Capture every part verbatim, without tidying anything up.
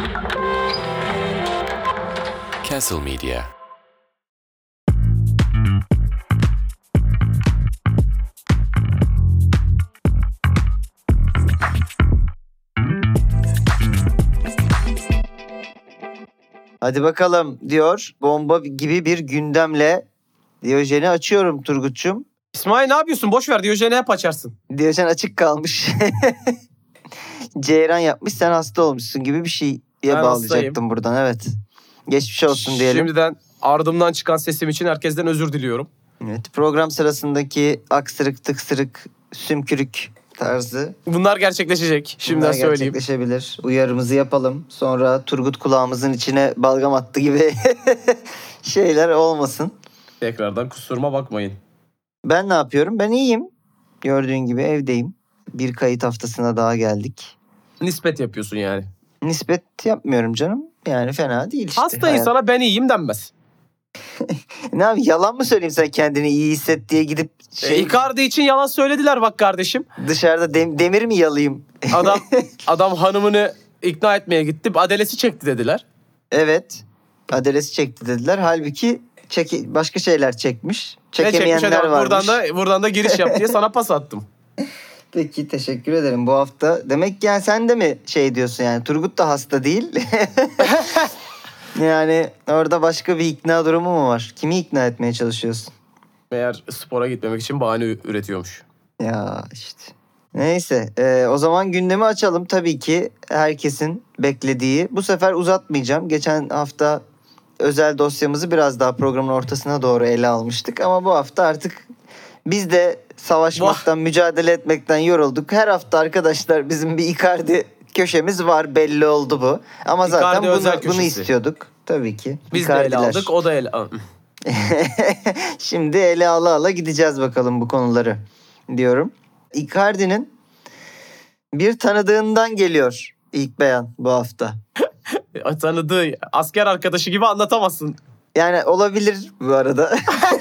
Castle Media. Hadi bakalım diyor. Bomba gibi bir gündemle Diyojen'i açıyorum Turgut'cum. İsmail ne yapıyorsun? Boş ver, Diyojen'i hep açarsın. Diyojen açık kalmış. Ceyran yapmış, sen hasta olmuşsun gibi bir şeye Ben bağlayacaktım hastayım. buradan, evet. Geçmiş olsun diyelim. Şimdiden ardımdan çıkan sesim için herkesten özür diliyorum. Evet, program sırasındaki aksırık, tıksırık, sümkürük tarzı. Bunlar gerçekleşecek. Şimdiden Bunlar söyleyeyim. gerçekleşebilir. Uyarımızı yapalım. Sonra Turgut kulağımızın içine balgam attı gibi şeyler olmasın. Tekrardan kusuruma bakmayın. Ben ne yapıyorum? Ben iyiyim. Gördüğün gibi evdeyim. Bir kayıt haftasına daha geldik. Nispet yapıyorsun yani. Nispet yapmıyorum canım. Yani fena değil işte. Hasta Hayat- insana ben iyiyim denmez. Ne yapayım, yalan mı söyleyeyim sen kendini iyi hisset diye gidip Şey... şey Icardi için yalan söylediler bak kardeşim. dışarıda dem- demir mi yalayayım? Adam adam hanımını ikna etmeye gitti. Adelesi çekti dediler. Evet. Adresi çekti dediler. Halbuki çeki- başka şeyler çekmiş. Ne çekmiş Çekemeyenler adam? varmış. Buradan da, buradan da giriş yap diye sana pas attım. Peki, teşekkür ederim. Bu hafta demek ki yani sen de mi şey diyorsun, yani Turgut da hasta değil. Yani orada başka bir ikna durumu mu var? Kimi ikna etmeye çalışıyorsun? Meğer spora gitmemek için bahane üretiyormuş. Ya işte. Neyse, e, o zaman gündemi açalım. Tabii ki herkesin beklediği. Bu sefer uzatmayacağım. Geçen hafta özel dosyamızı biraz daha programın ortasına doğru ele almıştık. Ama bu hafta artık biz de savaşmaktan, mücadele etmekten yorulduk. Her hafta arkadaşlar bizim bir Icardi köşemiz var. Belli oldu bu. Ama zaten Icardi özel bunu, bunu köşesi. istiyorduk. Tabii ki. Biz de ele Icardiler. aldık, o da ele aldı. Şimdi ele ala ala gideceğiz bakalım bu konuları diyorum. Icardi'nin bir tanıdığından geliyor ilk beyan bu hafta. Tanıdığı asker arkadaşı gibi anlatamazsın. Yani olabilir bu arada.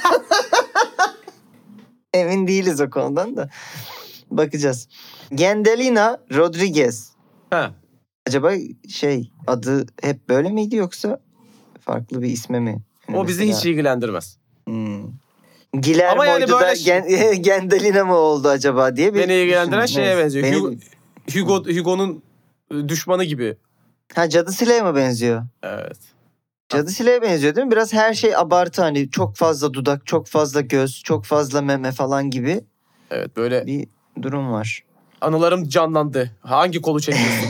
Emin değiliz o konudan da. Bakacağız. Gendelina Rodriguez. Ha. Acaba şey adı hep böyle miydi yoksa farklı bir isme mi? Yani O bizi mesela- hiç ilgilendirmez. Hmm. Guillermo'ydu Ama yani da böyle- Gen- Gendelina mı oldu acaba diye bir Beni ilgilendiren düşündüm. şeye Neyse. benziyor. Beni- Hugo, Hugo Hugo'nun düşmanı gibi. Ha, Cadı Sile'ye mi benziyor? Evet. Cadı Sile'ye benziyor değil mi? Biraz her şey abartı, hani çok fazla dudak, çok fazla göz, çok fazla meme falan gibi Evet, böyle bir durum var. anılarım canlandı. Hangi kolu çekiyorsun?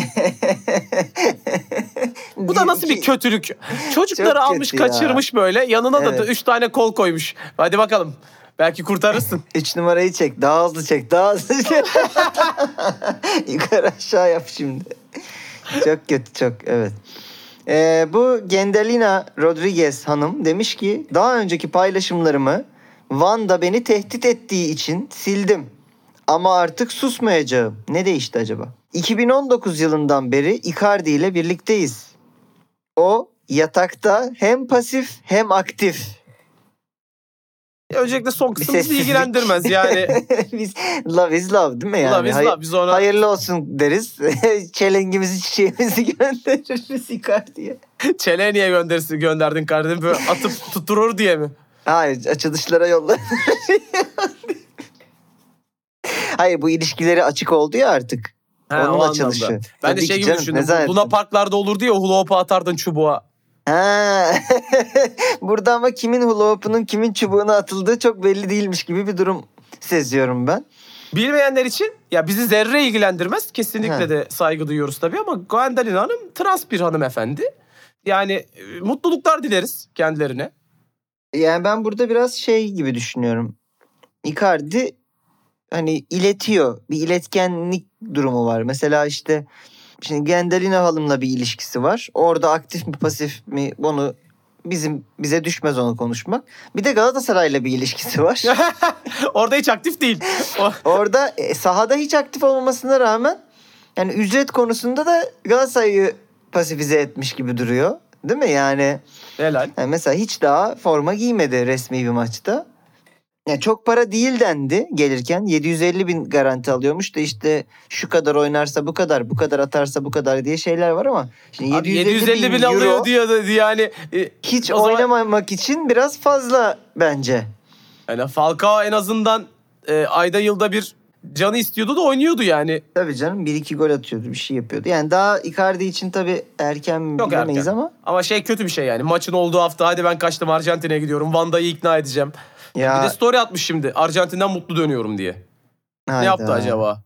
Bu da nasıl bir kötülük? Çocukları Çok almış kötü ya. kaçırmış böyle. Yanına da Evet. üç tane kol koymuş. Hadi bakalım. Belki kurtarırsın. Üç numarayı çek. Daha hızlı çek. Daha hızlı çek. Yukarı aşağı yap şimdi. Çok kötü, çok. Evet. Ee, bu Gendelina Rodriguez hanım demiş ki daha önceki paylaşımlarımı Wanda beni tehdit ettiği için sildim. Ama artık susmayacağım. Ne değişti acaba? iki bin on dokuz yılından beri Icardi ile birlikteyiz. O yatakta hem pasif hem aktif. Öncelikle son kısmı bizi sessizlik. ilgilendirmez yani. Biz love is love değil mi yani? Love is Hay- love. Biz ona Hayırlı olsun deriz. Çelengimizi, çiçeğimizi göndeririz Icardi'ye. çeleğe niye göndersin, gönderdin kardeşim? Böyle atıp tutturur diye mi? Hayır, açılışlara yollar. Hayır, bu ilişkileri açık oldu ya artık. Ha, Onun o açılışı. anlamda. Ben Tabii de şey ki gibi canım, düşündüm. ne zannettin? Luna Parklarda olurdu ya, hula hoop'u atardın çubuğa. Ha. Burada ama kimin hula hoop'unun kimin çubuğuna atıldığı çok belli değilmiş gibi bir durum seziyorum ben. Bilmeyenler için ya bizi zerre ilgilendirmez. Kesinlikle Ha. de saygı duyuyoruz tabii ama Gwendolyn Hanım trans bir hanımefendi. Yani e, mutluluklar dileriz kendilerine. Yani ben burada biraz şey gibi düşünüyorum. Icardi hani iletiyor. Bir iletkenlik durumu var. Mesela işte şimdi Gendelina Hanım'la bir ilişkisi var. Orada aktif mi pasif mi, bunu bizim bize düşmez onu konuşmak. Bir de Galatasaray'la bir ilişkisi var. Orada hiç aktif değil. O- Orada e, sahada hiç aktif olmamasına rağmen yani ücret konusunda da Galatasaray'ı pasifize etmiş gibi duruyor. Değil mi yani? Helal. Yani mesela hiç daha forma giymedi resmi bir maçta. Ya çok para değil dendi gelirken. yedi yüz elli bin garanti alıyormuş da işte şu kadar oynarsa bu kadar, bu kadar atarsa bu kadar diye şeyler var ama şimdi Abi yedi yüz elli bin, bin alıyor euro diyor yani. E, hiç o zaman- oynamamak için biraz fazla bence. Yani Falcao en azından e, ayda yılda bir canı istiyordu da oynuyordu yani. Tabii canım bir iki gol atıyordu, bir şey yapıyordu. Yani daha Icardi için tabii erken mi Çok bilemeyiz erken. ama. Ama şey kötü bir şey yani. Maçın olduğu hafta hadi ben kaçtım Arjantin'e gidiyorum. Vanda'yı ikna edeceğim. Ya, Bir de story atmış şimdi. Arjantin'den mutlu dönüyorum diye. hayda. Ne yaptı acaba?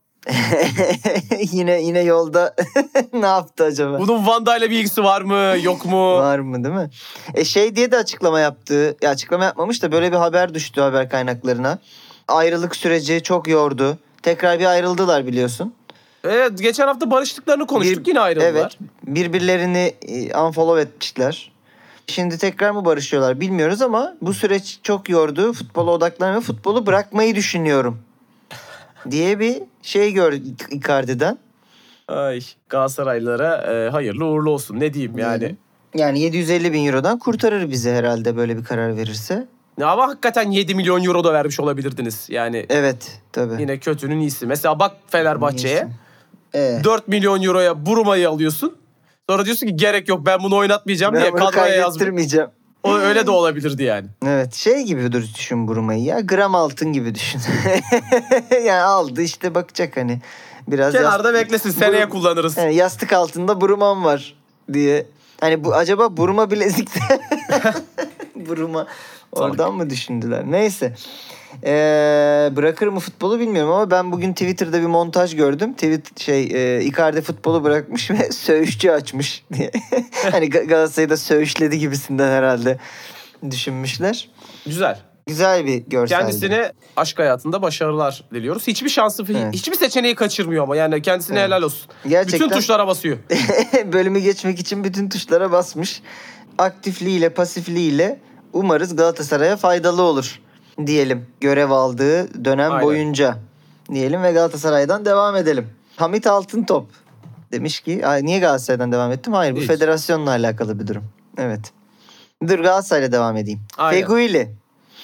yine yine yolda ne yaptı acaba? Bunun Vanda ile bir ilgisi var mı yok mu? Var mı değil mi? E şey diye de açıklama yaptı. Ya açıklama yapmamış da böyle bir haber düştü haber kaynaklarına. Ayrılık süreci çok yordu. Tekrar bir ayrıldılar biliyorsun. Evet, geçen hafta barıştıklarını konuştuk, Bir- yine ayrıldılar. Evet. Birbirlerini e, unfollow etmişler. Şimdi tekrar mı barışıyorlar bilmiyoruz ama bu süreç çok yordu. Futbola odaklanmayı ve futbolu bırakmayı düşünüyorum diye bir şey gördük Icardi'den. Ay, Galatasaraylılara e, hayırlı uğurlu olsun. Ne diyeyim yani. Yani yedi yüz elli bin eurodan kurtarır bizi herhalde böyle bir karar verirse. Ya ama hakikaten yedi milyon euro da vermiş olabilirdiniz. Yani Evet tabii. yine kötünün iyisi. Mesela bak Fenerbahçe'ye Ee, dört milyon euroya Buruma'yı alıyorsun. Sonra diyorsun ki gerek yok, ben bunu oynatmayacağım ben diye bunu kadroya yazmış. kaybettirmeyeceğim. O öyle de olabilirdi yani. Evet şey gibi düşün Buruma'yı ya, gram altın gibi düşün. Yani aldı işte bakacak hani. Biraz Kenarda yastık- beklesin, seneye Burum- kullanırız. Yani yastık altında Buruma'm var diye. Hani bu acaba Buruma bilezikte Buruma oradan mı düşündüler? Neyse. Ee, bırakır mı futbolu bilmiyorum ama ben bugün Twitter'da bir montaj gördüm. Tweet şey e, Icardi futbolu bırakmış ve söğüşçü açmış diye. Hani Ga- Galatasaray'ı da söğüşledi gibisinden herhalde düşünmüşler. Güzel. Güzel bir görseldi. Kendisine aşk hayatında başarılar diliyoruz. Hiçbir şansı, Evet. hiçbir seçeneği kaçırmıyor ama yani kendisine Evet. helal olsun. Gerçekten Bütün tuşlara basıyor. bölümü geçmek için bütün tuşlara basmış. Aktifliğiyle, pasifliğiyle umarız Galatasaray'a faydalı olur diyelim. Görev aldığı dönem Aynen. boyunca diyelim ve Galatasaray'dan devam edelim. Hamit Altıntop demiş ki, ay niye Galatasaray'dan devam ettim? Hayır, bu Hiç. federasyonla alakalı bir durum. Evet. Dur Galatasaray'la devam edeyim. Aynen. Feguli.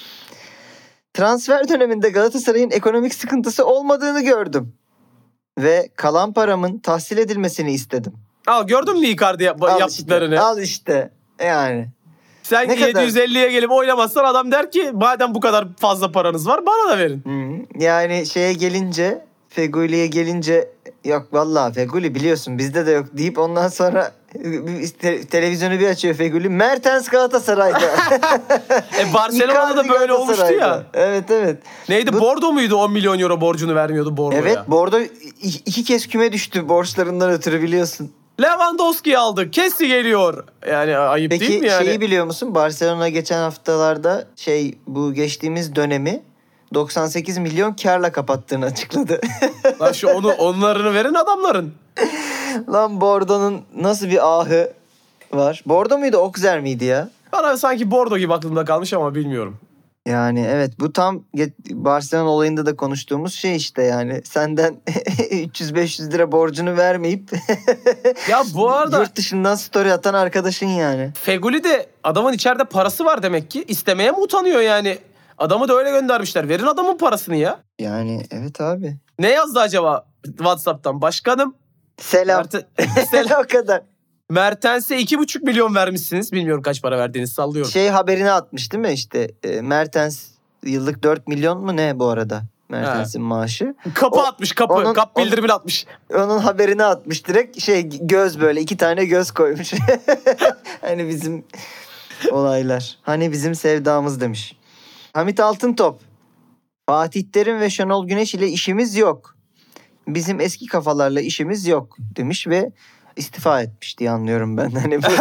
Transfer döneminde Galatasaray'ın ekonomik sıkıntısı olmadığını gördüm. Ve kalan paramın tahsil edilmesini istedim. Al, gördün mü Icardi yap- Al yaptıklarını? Işte, al işte. Yani. Sen Ne kadar? yedi yüz elliye gelip oynamazsan adam der ki madem bu kadar fazla paranız var bana da verin. Hı. Yani şeye gelince, Feguli'ye gelince yok vallahi Feguli biliyorsun bizde de yok deyip ondan sonra te- televizyonu bir açıyor Feguli. Mertens Galatasaray'da. E Barcelona'da da Icardi böyle olmuştu ya. Galatasaray'da. Evet evet. Neydi, Bu- Bordo muydu on milyon euro borcunu vermiyordu Bordo'ya? Evet Bordo i- iki kez küme düştü borçlarından ötürü biliyorsun. Lewandowski'yi aldı. Kessi geliyor. Yani ayıp değil Peki mi yani? şeyi biliyor musun? Barcelona geçen haftalarda şey bu geçtiğimiz dönemi doksan sekiz milyon karla kapattığını açıkladı. Lan şu onu onlarını verin adamların. Lan Bordo'nun nasıl bir ahı var? Bordo muydu, Auxerre miydi ya? Bana sanki Bordo gibi aklımda kalmış ama bilmiyorum. Yani evet bu tam get- Barcelona olayında da konuştuğumuz şey işte yani. Senden üç yüz beş yüz lira borcunu vermeyip Ya bu arada yurt dışından story atan arkadaşın yani. Feguli de adamın içeride parası var demek ki. İstemeye mi utanıyor yani? Adamı da öyle göndermişler. Verin adamın parasını ya. Yani evet abi. Ne yazdı acaba WhatsApp'tan? Başkanım. Selam. Mert- Selam. o kadar. Mertens'e iki buçuk milyon vermişsiniz. Bilmiyorum kaç para verdiğinizi sallıyorum. Şey haberini atmış değil mi işte e, Mertens yıllık dört milyon mu ne bu arada Mertens'in maaşı. Kapı O- atmış kapı. onun- Kap onun- bildirimini atmış. Onun haberini atmış direkt şey göz böyle iki tane göz koymuş. Hani bizim olaylar. Hani bizim sevdamız demiş. Hamit Altıntop. Fatih Terim ve Şenol Güneş ile işimiz yok. Bizim eski kafalarla işimiz yok demiş ve istifa etmiş diye anlıyorum ben. Hani bu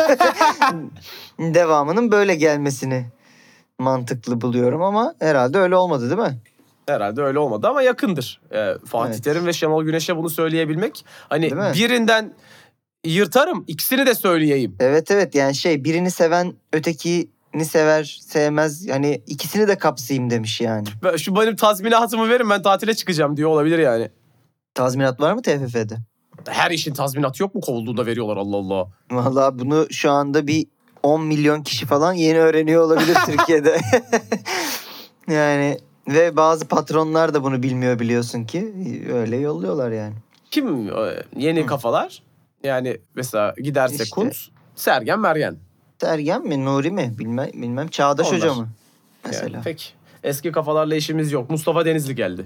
devamının böyle gelmesini mantıklı buluyorum ama herhalde öyle olmadı değil mi? Herhalde öyle olmadı ama yakındır. Ee, Fatih Evet. Terim ve Şenol Güneş'e bunu söyleyebilmek. Hani Değil mi? birinden yırtarım, ikisini de söyleyeyim. Evet evet yani şey birini seven ötekini sever sevmez yani ikisini de kapsayayım demiş yani. Ve Şu benim tazminatımı verin, ben tatile çıkacağım diyor olabilir yani. Tazminat var mı T F F'de? Her işin tazminatı yok mu, kovulduğunda veriyorlar, Allah Allah. Vallahi bunu şu anda bir on milyon kişi falan yeni öğreniyor olabilir Türkiye'de. Yani Ve bazı patronlar da bunu bilmiyor biliyorsun ki. Öyle yolluyorlar yani. Kim e, yeni Hı. kafalar? Yani mesela giderse İşte. Kuntz, Sergen Mergen. Sergen mi, Nuri mi? Bilmem, bilmem. Çağdaş Onlar. Hoca mı? Mesela. Yani pek eski kafalarla işimiz yok. Mustafa Denizli geldi.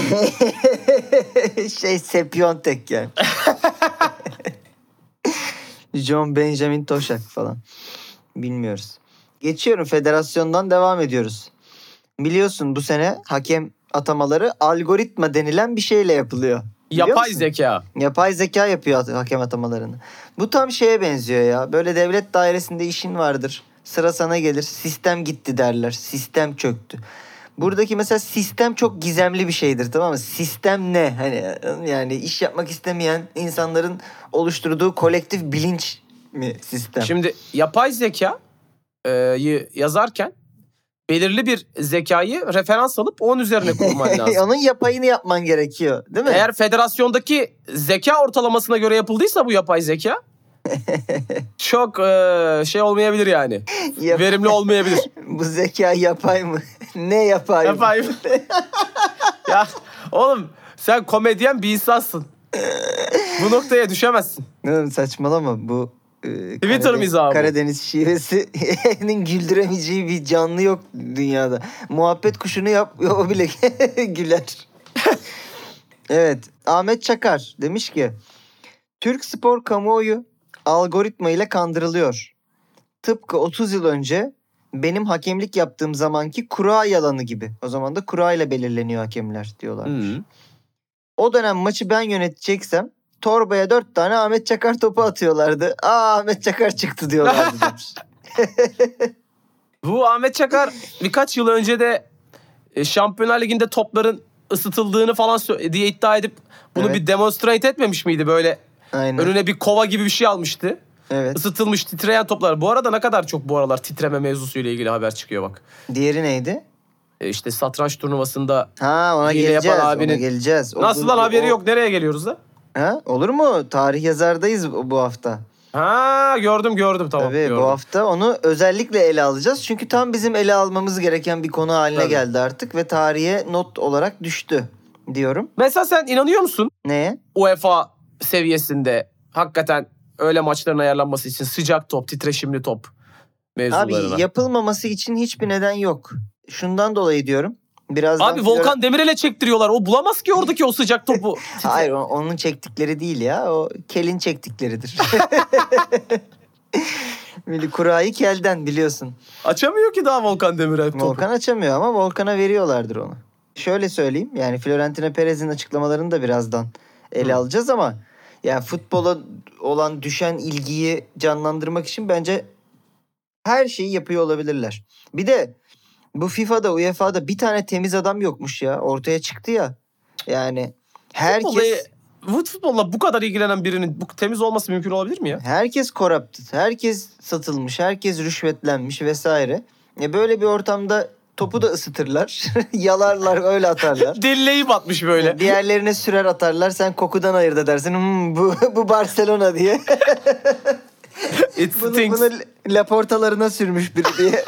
şey Sepiontek yani. John Benjamin Toşak falan. Bilmiyoruz. Geçiyorum, federasyondan devam ediyoruz. Biliyorsun bu sene hakem atamaları algoritma denilen bir şeyle yapılıyor. Biliyor Yapay musun? zeka. Yapay zeka yapıyor hakem atamalarını. Bu tam şeye benziyor ya. Böyle devlet dairesinde işin vardır. Sıra sana gelir. Sistem gitti derler. Sistem çöktü. Buradaki mesela sistem çok gizemli bir şeydir, tamam mı? Sistem ne? Hani yani iş yapmak istemeyen insanların oluşturduğu kolektif bilinç mi sistem? Şimdi yapay zekayı yazarken belirli bir zekayı referans alıp onun üzerine kurman lazım. Onun yapayını yapman gerekiyor, değil mi? Eğer federasyondaki zeka ortalamasına göre yapıldıysa bu yapay zeka çok e, şey olmayabilir yani. Yap- Verimli olmayabilir. Bu zeka yapay mı? Ne yapay mı? Yapay mı? Ya oğlum sen komedyen bir insansın. Bu noktaya düşemezsin. Oğlum saçmalama, bu e, Twitter Karadeniz, mizahı bu. Karadeniz şivesinin güldüremeyeceği bir canlı yok dünyada. Muhabbet kuşunu yap, o bile güler. Evet, Ahmet Çakar demiş ki Türk spor kamuoyu algoritma ile kandırılıyor. Tıpkı otuz yıl önce benim hakemlik yaptığım zamanki kura yalanı gibi. O zaman da kura ile belirleniyor hakemler diyorlarmış. Hı. O dönem maçı ben yöneteceksem torbaya dört tane Ahmet Çakar topu atıyorlardı. Aa, Ahmet Çakar çıktı diyorlardı demiş. Bu Ahmet Çakar birkaç yıl önce de e, Şampiyonlar Ligi'nde topların ısıtıldığını falan sö- diye iddia edip bunu Evet. bir demonstrate etmemiş miydi? Böyle Aynen. önüne bir kova gibi bir şey almıştı. Evet. Isıtılmış titreyen toplar. Bu arada ne kadar çok bu aralar titreme mevzusuyla ilgili haber çıkıyor bak. Diğeri neydi? E işte satranç turnuvasında Ha, ona hile geleceğiz. yapan Ona abinin- geleceğiz. O- nasıl bu- lan haberi o- yok, nereye geliyoruz da? Ha, olur mu? Tarih yazardayız bu bu hafta. Ha gördüm gördüm tamam. Tabii gördüm. bu hafta onu özellikle ele alacağız. Çünkü tam bizim ele almamız gereken bir konu haline Tabii. geldi artık ve tarihe not olarak düştü diyorum. Mesela sen inanıyor musun Neye? UEFA seviyesinde hakikaten öyle maçların ayarlanması için sıcak top, titreşimli top mevzularına? Abi yapılmaması için hiçbir neden yok. Şundan dolayı diyorum. Birazdan Abi Volkan Demirel'e çektiriyorlar. O bulamaz ki oradaki o sıcak topu. Hayır, o- onun çektikleri değil ya. O kelin çektikleridir. Böyle kurayı kelden biliyorsun. Açamıyor ki daha Volkan Demirel topu. Volkan açamıyor ama Volkan'a veriyorlardır onu. Şöyle söyleyeyim, yani Florentino Perez'in açıklamalarını da birazdan ele Hı. alacağız ama yani futbola olan düşen ilgiyi canlandırmak için bence her şeyi yapıyor olabilirler. Bir de bu FIFA'da, U E F A'da bir tane temiz adam yokmuş ya. Ortaya çıktı ya. Yani herkes Futbolla, futbolla bu kadar ilgilenen birinin bu temiz olması mümkün olabilir mi ya? herkes corrupted. Herkes satılmış. Herkes rüşvetlenmiş vesaire. E böyle bir ortamda topu da ısıtırlar. Yalarlar, öyle atarlar. Dilleyi batmış böyle. Diğerlerine sürer atarlar. Sen kokudan ayırt edersin. Hmm, bu bu Barcelona diye. It Bunu, stinks. bunu Laportalarına sürmüş biri diye.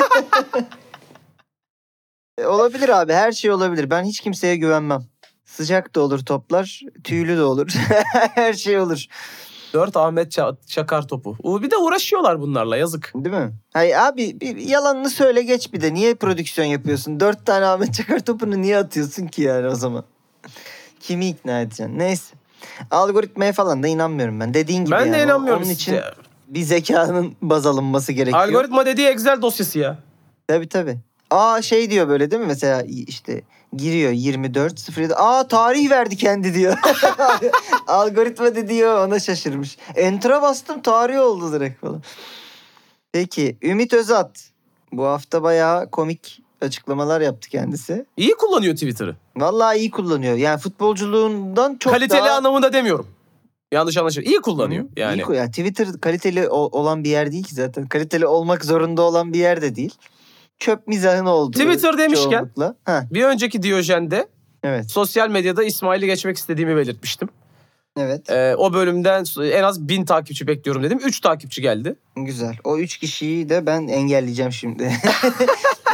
E, olabilir abi. Her şey olabilir. Ben hiç kimseye güvenmem. Sıcak da olur toplar. Tüylü de olur. Her şey olur. Dört Ahmet Ça- Çakar topu. U- Bir de uğraşıyorlar bunlarla yazık. Değil mi? Hayır abi, bir yalanını söyle geç bir de. Niye prodüksiyon yapıyorsun? Dört tane Ahmet Çakar topunu niye atıyorsun ki yani o zaman? Kimi ikna edeceksin? Neyse. Algoritmaya falan da inanmıyorum ben. Dediğin gibi Ben yani. de inanmıyorum. Onun için Ya, bir zekanın baz alınması gerekiyor. algoritma dediği Excel dosyası ya. Tabii tabii. Aa şey diyor böyle değil mi? Mesela işte giriyor yirmi dört sıfır yedi. Aa tarih verdi kendi diyor. Algoritma de diyor, ona şaşırmış. Enter'a bastım, tarih oldu direkt falan. Peki Ümit Özat. Bu hafta bayağı komik açıklamalar yaptı kendisi. İyi kullanıyor Twitter'ı. Vallahi iyi kullanıyor. Yani futbolculuğundan çok Kaliteli daha... anlamında demiyorum. Yanlış anlaşılıyor. İyi kullanıyor Hı, yani. iyi ku- yani Twitter kaliteli o- olan bir yer değil ki zaten. Kaliteli olmak zorunda olan bir yer de değil. Çöp mizahın olduğu Twitter demişken- çoğunlukla. Ha, Bir önceki Diyojen'de evet. sosyal medyada İsmail'i geçmek istediğimi belirtmiştim. Evet. Ee, o bölümden en az bin takipçi bekliyorum dedim. Üç takipçi geldi. Güzel. O üç kişiyi de ben engelleyeceğim şimdi.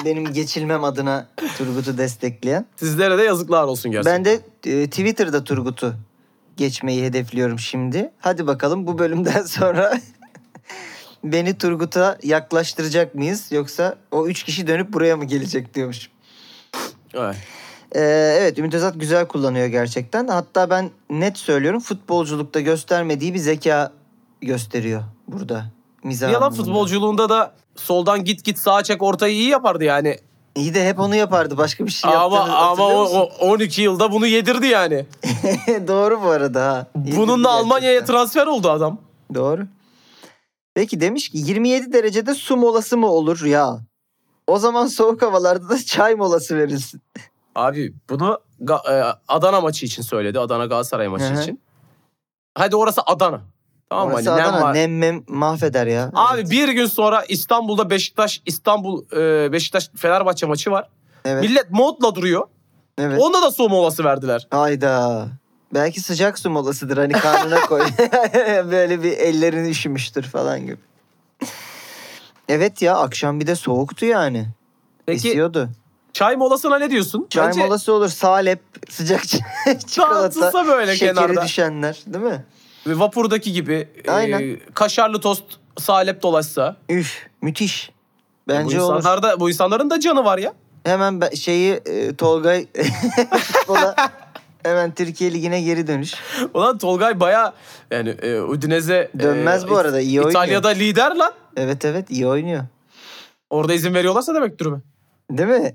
benim geçilmem adına Turgut'u destekleyen. Sizlere de yazıklar olsun gerçekten. Ben de e, Twitter'da Turgut'u geçmeyi hedefliyorum şimdi. Hadi bakalım bu bölümden sonra beni Turgut'a yaklaştıracak mıyız? Yoksa o üç kişi dönüp buraya mı gelecek diyormuş. Evet. Ee, evet Ümit Özat güzel kullanıyor gerçekten. Hatta ben net söylüyorum futbolculukta göstermediği bir zeka gösteriyor burada. Mizah Yalan anlamında. futbolculuğunda da soldan git git sağa çek ortayı iyi yapardı yani. İyi de hep onu yapardı. Başka bir şey Ama yaptığını ama hatırlıyor o, musun? o on iki yılda bunu yedirdi yani. Doğru bu arada ha. Yedirdi Bununla Almanya'ya gerçekten. transfer oldu adam. Doğru. Peki demiş ki yirmi yedi derecede su molası mı olur ya? O zaman soğuk havalarda da çay molası verilsin. Abi bunu Ga- e, Adana maçı için söyledi. Adana Galatasaray maçı Hı hı. için. Hadi orası Adana. Tamam mı? Orası Hani nem Adana var. nem mem mahveder ya. Abi Evet. bir gün sonra İstanbul'da Beşiktaş İstanbul e, Beşiktaş Fenerbahçe maçı var. Evet. Millet montla duruyor. Evet. Onda da soğuk molası verdiler. Hayda. Belki sıcak su molasıdır hani karnına koy. Böyle bir ellerini üşümüştür falan gibi. Evet ya akşam bir de soğuktu yani. Peki Esiyordu. çay molasına ne diyorsun? Çay Bence molası olur. Salep, sıcak çikolata, dağıtılsa böyle şekeri kenarda. düşenler değil mi? Vapurdaki gibi Aynen. e, kaşarlı tost salep dolaşsa. Üf müthiş. bu Bence olur. insanlarda bu insanların da canı var ya. Hemen ben şeyi e, Tolgay futbola hemen Türkiye Ligi'ne geri dönüş. Ulan Tolgay baya yani e, Udinese Dönmez e, bu arada, iyi oynuyor. İtalya'da lider lan. Evet evet iyi oynuyor. Orada izin veriyorlarsa demek durumu. Değil mi?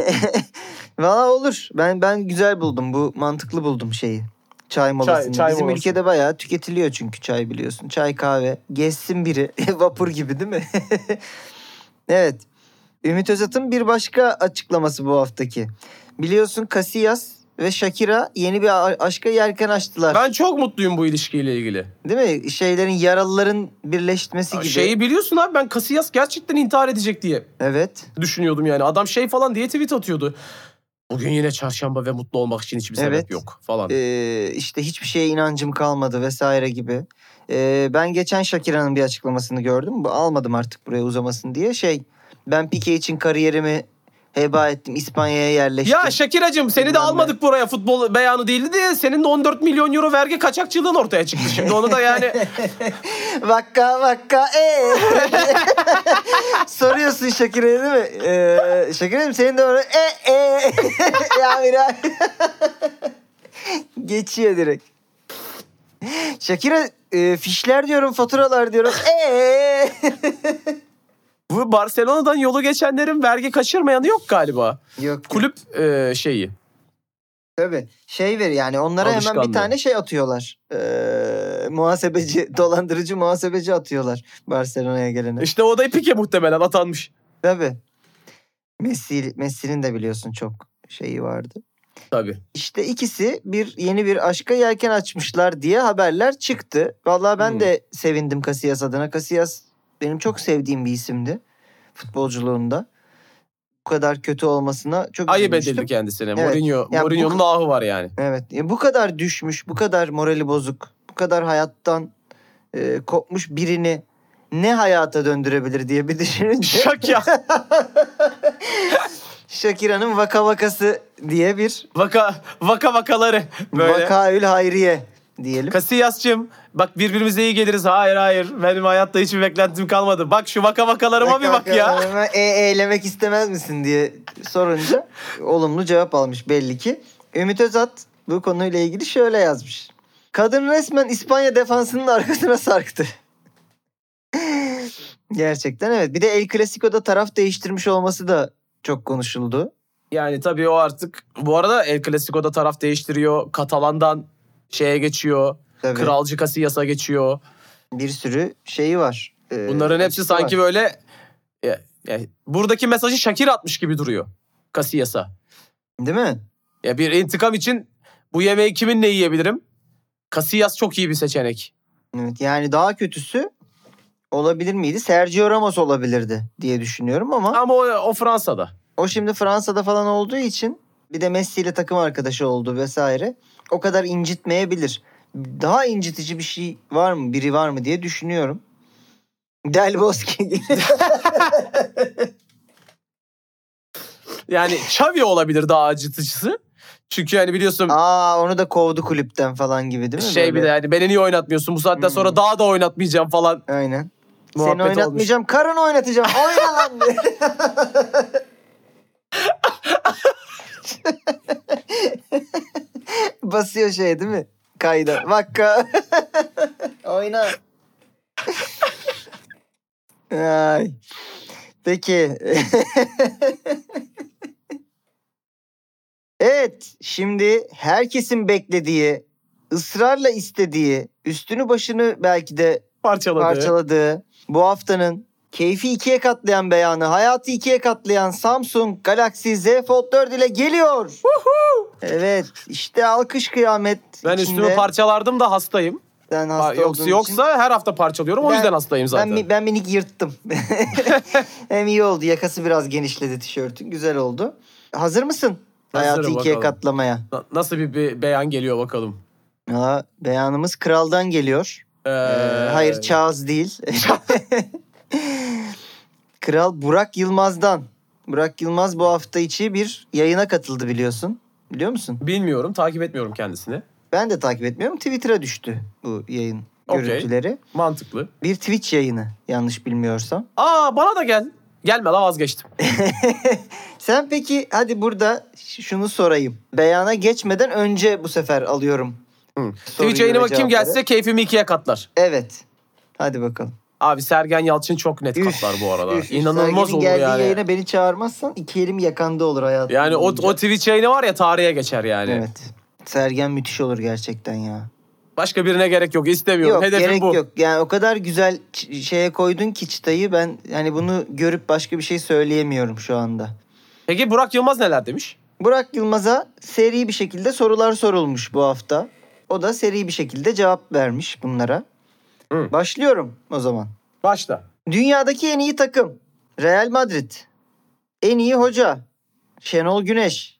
Valla olur. Ben ben güzel buldum. Bu mantıklı buldum şeyi. Çay molasını. çay Bizim molası. ülkede bayağı tüketiliyor çünkü çay biliyorsun. Çay kahve. Gezsin biri. Vapur gibi değil mi? Evet. Ümit Özat'ın bir başka açıklaması bu haftaki. Biliyorsun Casillas ve Shakira yeni bir a- aşka yelken açtılar. Ben çok mutluyum bu ilişkiyle ilgili. Değil mi? Şeylerin yaralıların birleşmesi gibi. Şeyi biliyorsun abi ben Casillas gerçekten intihar edecek diye Evet. düşünüyordum yani. Adam şey falan diye tweet atıyordu. Bugün yine çarşamba ve mutlu olmak için hiçbir sebep Evet. yok falan. Ee, işte hiçbir şeye inancım kalmadı vesaire gibi. Ee, ben geçen Shakira'nın bir açıklamasını gördüm. Bu almadım artık buraya uzamasın diye. Şey ben Pique için kariyerimi heba ettim. İspanya'ya yerleştim. Ya Shakira'cığım seni de Bilmem ne. almadık buraya futbol beyanı değildi diye senin de on dört milyon euro vergi kaçakçılığın ortaya çıktı. Şimdi onu da yani Vakka vakka ee. Soruyorsun Shakira'ya değil mi? Ee, Shakira'cığım senin de böyle e e ya Miray. Geçiyor direkt. Shakira e, fişler diyorum faturalar diyorum. Ee. bu Barcelona'dan yolu geçenlerin vergi kaçırmayanı yok galiba. Yok. Kulüp e, şeyi. Tabii. Şey ver yani onlara hemen Alışkanlığı. bir tane şey atıyorlar. Ee, muhasebeci, dolandırıcı muhasebeci atıyorlar Barcelona'ya gelene. İşte o da Pique muhtemelen atanmış. Tabii. Messi, Messi'nin de biliyorsun çok şeyi vardı. Tabii. İşte ikisi bir yeni bir aşka yelken açmışlar diye haberler çıktı. Vallahi ben Hmm. de sevindim Casillas adına. Casillas benim çok sevdiğim bir isimdi futbolculuğunda. Bu kadar kötü olmasına çok Ayıp üzülmüştüm. edildi kendisine. Evet. Mourinho, Ya bu- Mourinho'nun ahı var yani. Evet. Ya bu kadar düşmüş, bu kadar morali bozuk, bu kadar hayattan e, kopmuş birini ne hayata döndürebilir diye bir düşününce Şak ya. Shakira'nın vaka vakası diye bir Vaka, vaka vakaları. Böyle. vakaül hayriye diyelim. Casillas'cığım bak birbirimize iyi geliriz. Hayır hayır benim hayatta hiçbir beklentim kalmadı. Bak şu vaka vakalarıma bir bak ya. Vakalarıma E e'lemek istemez misin diye sorunca olumlu cevap almış belli ki. Ümit Özat bu konuyla ilgili şöyle yazmış. Kadın resmen İspanya defansının arkasına sarktı. Gerçekten evet. Bir de El Clasico'da taraf değiştirmiş olması da çok konuşuldu. Yani tabii o artık bu arada El Clasico'da taraf değiştiriyor. Katalan'dan şeye geçiyor. Tabii. Kralcı Casillas'a geçiyor. Bir sürü şeyi var. Ee, Bunların hepsi açısı sanki var. böyle ya, ya, buradaki mesajı Shakira atmış gibi duruyor Casillas'a. Değil mi? Ya bir intikam için bu yemeği kiminle yiyebilirim? Casillas çok iyi bir seçenek. Evet. Yani daha kötüsü olabilir miydi? Sergio Ramos olabilirdi diye düşünüyorum ama Ama o, o Fransa'da. o şimdi Fransa'da falan olduğu için bir de Messi ile takım arkadaşı oldu vesaire. O kadar incitmeyebilir. Daha incitici bir şey var mı? Biri var mı diye düşünüyorum. Del Bosque gibi. Yani Xavi olabilir daha acıtıcısı. Çünkü hani biliyorsun Aa onu da kovdu kulüpten falan gibi değil mi? şey bir Böyle. de yani beni niye oynatmıyorsun? Bu saatten Hmm. sonra daha da oynatmayacağım falan. Aynen. Muhabbet Seni oynatmayacağım, karını oynatacağım. Oyna lan diye. Basıyor şey değil mi? Kayda. Vakka. Oyna. Ay. Peki. Evet, şimdi herkesin beklediği, ısrarla istediği, üstünü başını belki de Parçaladı. parçaladığı, bu haftanın keyfi ikiye katlayan beyanı, hayatı ikiye katlayan Samsung Galaxy Z Fold dört ile geliyor. Evet, işte alkış kıyamet Ben içinde. üstümü parçalardım da hastayım. Sen hasta Ha, yoksa olduğun yoksa için. her hafta parçalıyorum. O Ben- yüzden hastayım zaten. Ben, ben minik yırttım. Hem iyi oldu. Yakası biraz genişledi tişörtün. Güzel oldu. Hazır mısın? Hazırım, Hayatı ikiye bakalım. katlamaya. Na- Nasıl bir, bir beyan geliyor bakalım. Aa, beyanımız kraldan geliyor. Ee, Ee, hayır Çağız değil. Kral Burak Yılmaz'dan. Burak Yılmaz bu hafta içi bir yayına katıldı biliyorsun. Biliyor musun? Bilmiyorum, takip etmiyorum kendisini. Ben de takip etmiyorum. Twitter'a düştü bu yayın Okey. görüntüleri. Mantıklı. Bir Twitch yayını yanlış bilmiyorsam. Aa bana da gel. Gelme la vazgeçtim. Sen peki hadi burada ş- şunu sorayım. Beyana geçmeden önce bu sefer alıyorum. Hı. Soruyu Twitch yayınıma ve kim cevapları. gelse keyfimi ikiye katlar. Evet. Hadi bakalım. Abi Sergen Yalçın çok net Üf, katlar bu arada. üf, üf. İnanılmaz Sergen'in olur geldiği yani. yayına beni çağırmazsan iki elim yakanda olur hayatım. Yani o, o Twitch yayını var ya tarihe geçer yani. Evet. Sergen müthiş olur gerçekten ya. Başka birine gerek yok. İstemiyorum. Yok Hedefim gerek bu. yok. Yani o kadar güzel ç- şeye koydun ki çıtayı, ben hani bunu görüp başka bir şey söyleyemiyorum şu anda. Peki Burak Yılmaz neler demiş? Burak Yılmaz'a seri bir şekilde sorular sorulmuş bu hafta. O da seri bir şekilde cevap vermiş bunlara. Hı. Başlıyorum o zaman. Başla. Dünyadaki en iyi takım Real Madrid. En iyi hoca Şenol Güneş.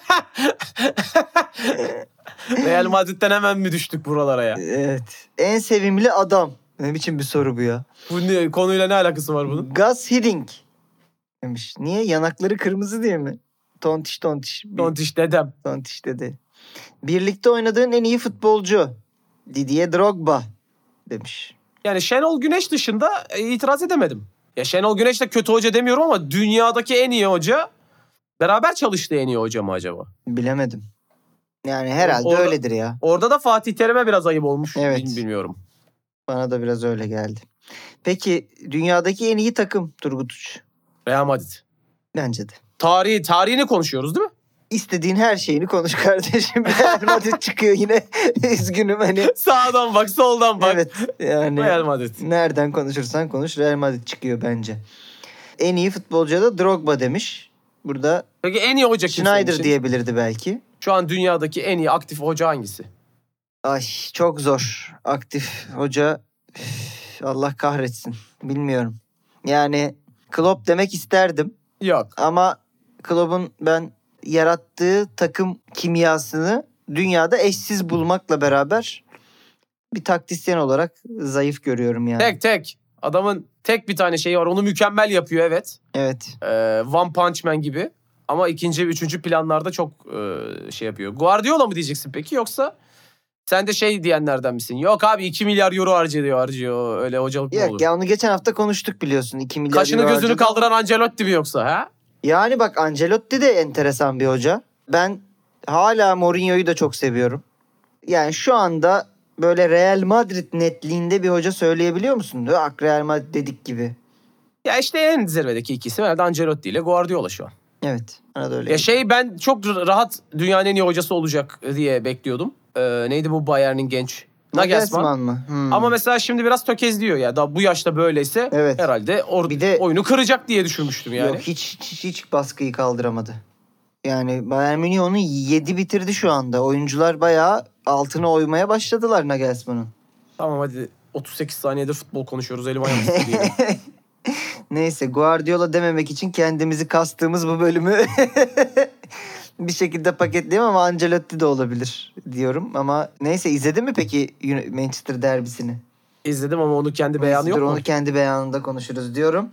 Real Madrid'den hemen mi düştük buralara ya? Evet. En sevimli adam. Ne biçim bir soru bu ya? Bu ne, konuyla ne alakası var bunun? Gus Hiddink demiş. Niye? Yanakları kırmızı diye mi? Tontiş tontiş. Bir- Tontiş dedem. Tontiş dedi. Birlikte oynadığın en iyi futbolcu Didier Drogba demiş. Yani Şenol Güneş dışında e, itiraz edemedim. Ya Şenol Güneş de kötü hoca demiyorum ama dünyadaki en iyi hoca beraber çalıştığı en iyi hoca mı acaba? Bilemedim. Yani herhalde Orada- öyledir ya. Orada da Fatih Terim'e biraz ayıp olmuş. Evet. Bil- Bilmiyorum. Bana da biraz öyle geldi. Peki dünyadaki en iyi takım Turgut Uç? Real Madrid. Bence de. Tarihi, tarihini konuşuyoruz değil mi? İstediğin her şeyini konuş kardeşim. Real Madrid çıkıyor yine. Üzgünüm hani. Sağdan bak, soldan bak. Evet yani. Real Madrid. Nereden konuşursan konuş Real Madrid çıkıyor bence. En iyi futbolcu da Drogba demiş. Burada Peki en iyi hoca kim senin Schneider için? diyebilirdi belki. Şu an dünyadaki en iyi aktif hoca hangisi? Ay çok zor. Aktif hoca üf, Allah kahretsin. Bilmiyorum. Yani Klopp demek isterdim Yok. ama Klopp'un ben yarattığı takım kimyasını dünyada eşsiz bulmakla beraber bir taktisyen olarak zayıf görüyorum yani. Tek tek. Adamın tek bir tane şeyi var. Onu mükemmel yapıyor evet. Evet. Ee, One Punch Man gibi. Ama ikinci, üçüncü planlarda çok e, şey yapıyor. Guardiola mı diyeceksin peki yoksa sen de şey diyenlerden misin? Yok abi iki milyar euro harcıyor harcıyor. Öyle hocalık mı Yok olur? ya onu geçen hafta konuştuk biliyorsun. iki milyar Kaşını euro gözünü harcadı. kaldıran Ancelotti mi yoksa ha? Yani bak Ancelotti de enteresan bir hoca. Ben hala Mourinho'yu da çok seviyorum. Yani şu anda böyle Real Madrid netliğinde bir hoca söyleyebiliyor musun? Bak Real Madrid dedik gibi. Ya işte en zirvedeki ikisi herhalde Ancelotti ile Guardiola şu an. Evet. Bana da öyle. Ya geliyor. şey ben çok rahat dünyanın en iyi hocası olacak diye bekliyordum. Ee, neydi bu Bayern'in genç? Nagelsmann. Nagelsmann mı? Hmm. Ama mesela şimdi biraz tökezliyor ya. Daha bu yaşta böyleyse Evet. herhalde or- Bir de- oyunu kıracak diye düşünmüştüm yani. Yok hiç, hiç hiç baskıyı kaldıramadı. Yani Bayern Münih onu yedi bitirdi şu anda. Oyuncular bayağı altına oymaya başladılar Nagelsmann'ın. Tamam hadi otuz sekiz saniyedir futbol konuşuyoruz. Elim ayağım titriyor. Neyse Guardiola dememek için kendimizi kastığımız bu bölümü bir şekilde paketleyeyim ama Ancelotti de olabilir diyorum. Ama neyse izledin mi peki Manchester derbisini? İzledim ama onun kendi beyanı yok Dur, mu? onu kendi beyanında konuşuruz diyorum.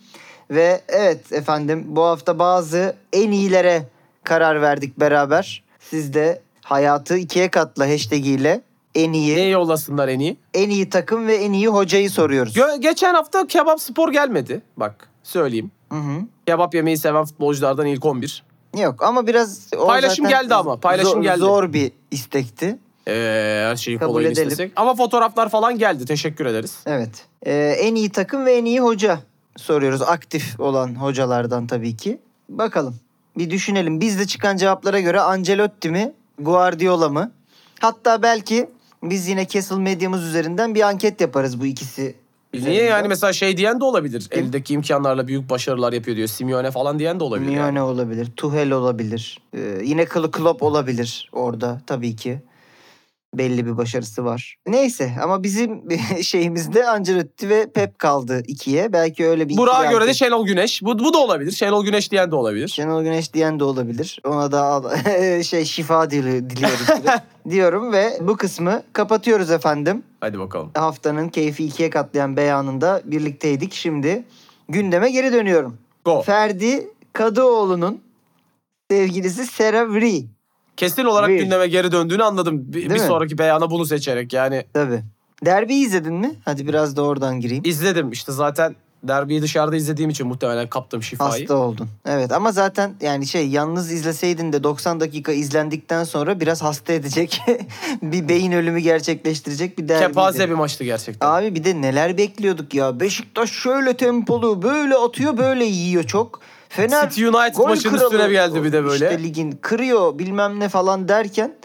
Ve evet efendim bu hafta bazı en iyilere karar verdik beraber. Siz de hayatı ikiye katla hashtag ile en iyi, Neye yollasınlar en iyi? en iyi takım ve en iyi hocayı soruyoruz. Gö- geçen hafta Kebap Spor gelmedi. Bak söyleyeyim. Hı hı. Kebap yemeyi seven futbolculardan ilk on bir. Yok ama biraz o Paylaşım zaten geldi ama, paylaşım zor, geldi. Zor bir istekti. Ee, her şeyi Kabul kolayını edelim. istesek. Ama fotoğraflar falan geldi. Teşekkür ederiz. Evet. Ee, en iyi takım ve en iyi hoca soruyoruz. Aktif olan hocalardan tabii ki. Bakalım. Bir düşünelim. Bizde çıkan cevaplara göre Ancelotti mi, Guardiola mı? Hatta belki biz yine Castle Medya'mız üzerinden bir anket yaparız bu ikisi. Niye üzerinden. yani mesela şey diyen de olabilir. Kim? Eldeki imkanlarla büyük başarılar yapıyor diyor. Simeone falan diyen de olabilir. Simeone yani. olabilir, Tuchel olabilir. Ee, yine Klopp olabilir orada tabii ki. Belli bir başarısı var. Neyse ama bizim şeyimizde Ancelotti ve Pep kaldı ikiye. Belki öyle bir Burak'a ikili göre de anket. Şenol Güneş. Bu, bu da olabilir. Şenol Güneş diyen de olabilir. Şenol Güneş diyen de olabilir. Ona da al- şey şifa dili- diliyoruz direkt. diyorum ve bu kısmı kapatıyoruz efendim. Hadi bakalım. Haftanın keyfi ikiye katlayan beyanında birlikteydik. Şimdi gündeme geri dönüyorum. Go. Ferdi Kadıoğlu'nun sevgilisi Sera Vri. Kesin olarak Bir. gündeme geri döndüğünü anladım. Bir, Değil bir mi? sonraki beyana bunu seçerek yani. Tabii. Derbiyi izledin mi? Hadi biraz da oradan gireyim. izledim. İşte zaten derbiyi dışarıda izlediğim için muhtemelen kaptım şifayı. Hasta oldun. Evet ama zaten yani şey yalnız izleseydin de doksan dakika izlendikten sonra biraz hasta edecek bir beyin ölümü gerçekleştirecek bir derbiydi. Kepaze bir maçtı gerçekten. Abi bir de neler bekliyorduk ya. Beşiktaş şöyle tempolu, böyle atıyor, böyle yiyor çok. Fener City United gol maçının kralı. üstüne bir geldi bir de böyle. İşte ligin kırıyor bilmem ne falan derken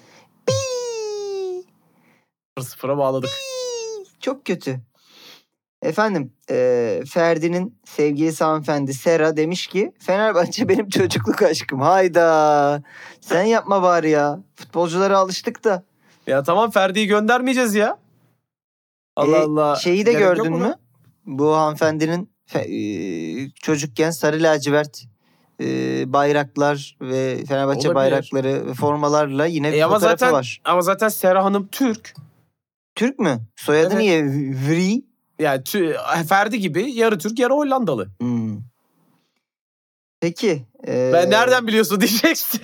Bii! sıfır sıfıra bağladık. Çok kötü. Efendim e, Ferdi'nin sevgilisi hanımefendi Sera demiş ki Fenerbahçe benim çocukluk aşkım. Hayda. Sen yapma bari ya. Futbolculara alıştık da. Ya tamam Ferdi'yi göndermeyeceğiz ya. Allah E, Allah. Şeyi de Gerek yok gördün buna. mü? Bu hanımefendinin fe- e, çocukken sarı lacivert e, bayraklar ve Fenerbahçe Olabilir. bayrakları ve formalarla yine bir E ama fotoğrafı zaten var. ama zaten Sera Hanım Türk. Türk mü? Soyadı Evet. niye Vri? Yani tü- Ferdi gibi yarı Türk yarı Hollandalı. Hmm. Peki. e, Ben nereden biliyorsun diyeceksin.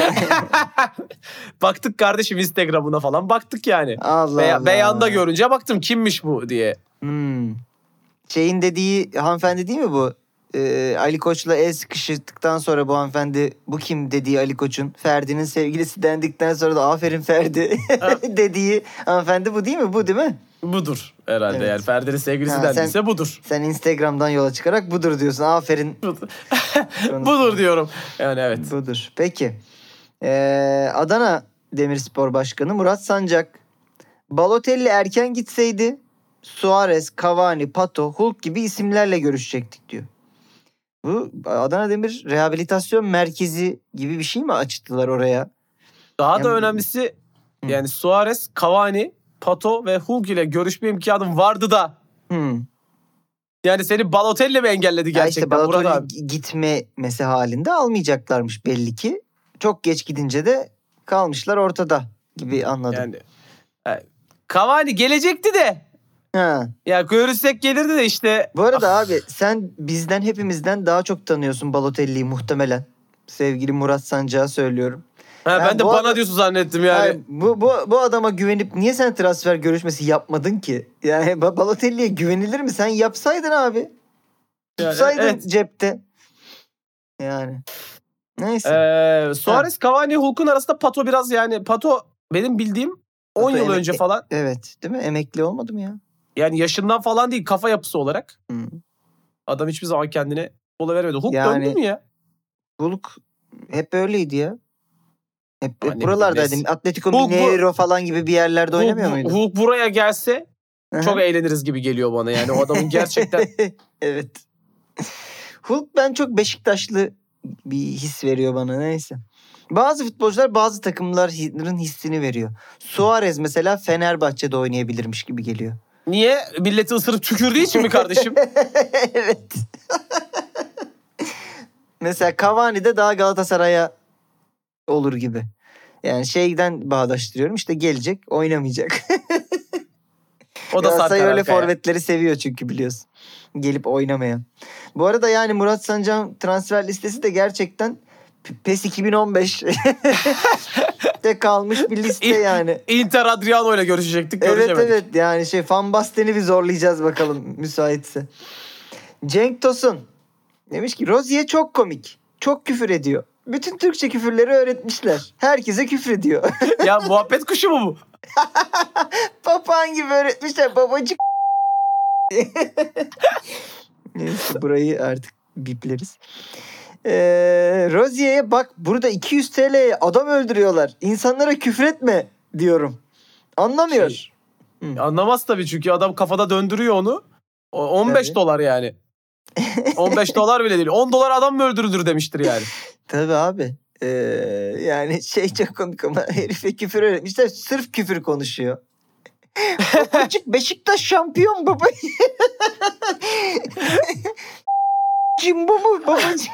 Baktık kardeşim Instagram'ına falan baktık yani. Allah Be- Allah. beyanda görünce baktım kimmiş bu diye. Hmm. Şeyin dediği hanımefendi değil mi bu? Ee, Ali Koç'la el sıkıştıktan sonra bu hanımefendi bu kim dediği Ali Koç'un Ferdi'nin sevgilisi dendikten sonra da aferin Ferdi dediği hanımefendi bu değil mi? Bu değil mi? Budur herhalde Evet. yani. Ferdi'nin sevgilisi Ha, dendiyse sen- budur. Sen Instagram'dan yola çıkarak budur diyorsun. Aferin. Budur. Budur diyorum. Yani evet. Budur. Peki. Ee, Adana Demirspor Başkanı Murat Sancak. Balotelli erken gitseydi Suarez, Cavani, Pato, Hulk gibi isimlerle görüşecektik diyor. Bu Adana Demir rehabilitasyon merkezi gibi bir şey mi açtılar oraya? Daha da Yani- önemlisi Hı. yani Suarez, Cavani, Pato ve Hulk ile görüşme imkanım vardı da. Hmm. Yani seni Balotelli mi engelledi Ya gerçekten işte Murat Balotelli abi? gitmemesi halinde almayacaklarmış belli ki. Çok geç gidince de kalmışlar ortada gibi anladım. Yani e, Cavani gelecekti de. Ha. Ya görürsek gelirdi de işte. Bu arada Ah, abi sen bizden hepimizden daha çok tanıyorsun Balotelli'yi muhtemelen. Sevgili Murat Sancak'a söylüyorum. ha, Ya ben de bu bana adam- diyorsun zannettim yani. Hayır, bu, bu, bu adama güvenip niye sen transfer görüşmesi yapmadın ki? Yani Ba- Balotelli'ye güvenilir mi? Sen yapsaydın abi. Yani, Tutsaydın evet. cepte. Yani. Neyse. Ee, Suarez, Cavani, Hulk'un arasında Pato biraz yani Pato benim bildiğim on Pato yıl emek- önce falan Evet değil mi? Emekli olmadı mı ya? yani yaşından falan değil kafa yapısı olarak Hı. adam hiçbir zaman kendine mola vermedi. Hulk Yani- döndü mü ya? Hulk hep öyleydi ya. Hep, Ama hep ne buralardaydı. bileyim, Atletico Hulk bu- Mineiro falan gibi bir yerlerde Hulk, oynamıyor bu- muydu? Hulk buraya gelse Hı hı. çok eğleniriz gibi geliyor bana yani o adamın gerçekten. Evet. Hulk ben çok Beşiktaşlı bir his veriyor bana neyse. Bazı futbolcular bazı takımların hissini veriyor. Suarez mesela Fenerbahçe'de oynayabilirmiş gibi geliyor. Niye? Milleti ısırıp tükürdüğü için mi kardeşim? Evet. Mesela Cavani de daha Galatasaray'a olur gibi. Yani şeyden bağdaştırıyorum işte gelecek oynamayacak. O da Galatasaray Sarkar öyle arkaya. forvetleri seviyor çünkü biliyorsun. Gelip oynamayan. Bu arada yani Murat Sancan transfer listesi de gerçekten PES iki bin on beş de kalmış bir liste yani. Inter Adriano ile görüşecektik, Evet görüşemedik. evet yani şey Van Basten'i bir zorlayacağız bakalım müsaitse. Cenk Tosun demiş ki Rozier çok komik. Çok küfür ediyor. Bütün Türkçe küfürleri öğretmişler. Herkese küfür ediyor. Ya muhabbet kuşu mu bu? Papağan gibi öğretmişler babacık. Neyse burayı artık bipleriz. Ee, Rozier'e bak burada iki yüz T L'ye adam öldürüyorlar. İnsanlara küfür etme diyorum. Anlamıyor. Şey, anlamaz tabii çünkü adam kafada döndürüyor onu. O on beş Tabii. dolar yani. on beş dolar bile değil. on dolar adam mı öldürülür demiştir yani. Tabii abi. Ee, yani şey çok komik ama herife küfür öğretmişler. Sırf küfür konuşuyor. Babacık Beşiktaş şampiyon baba. Cimbo mu babacık?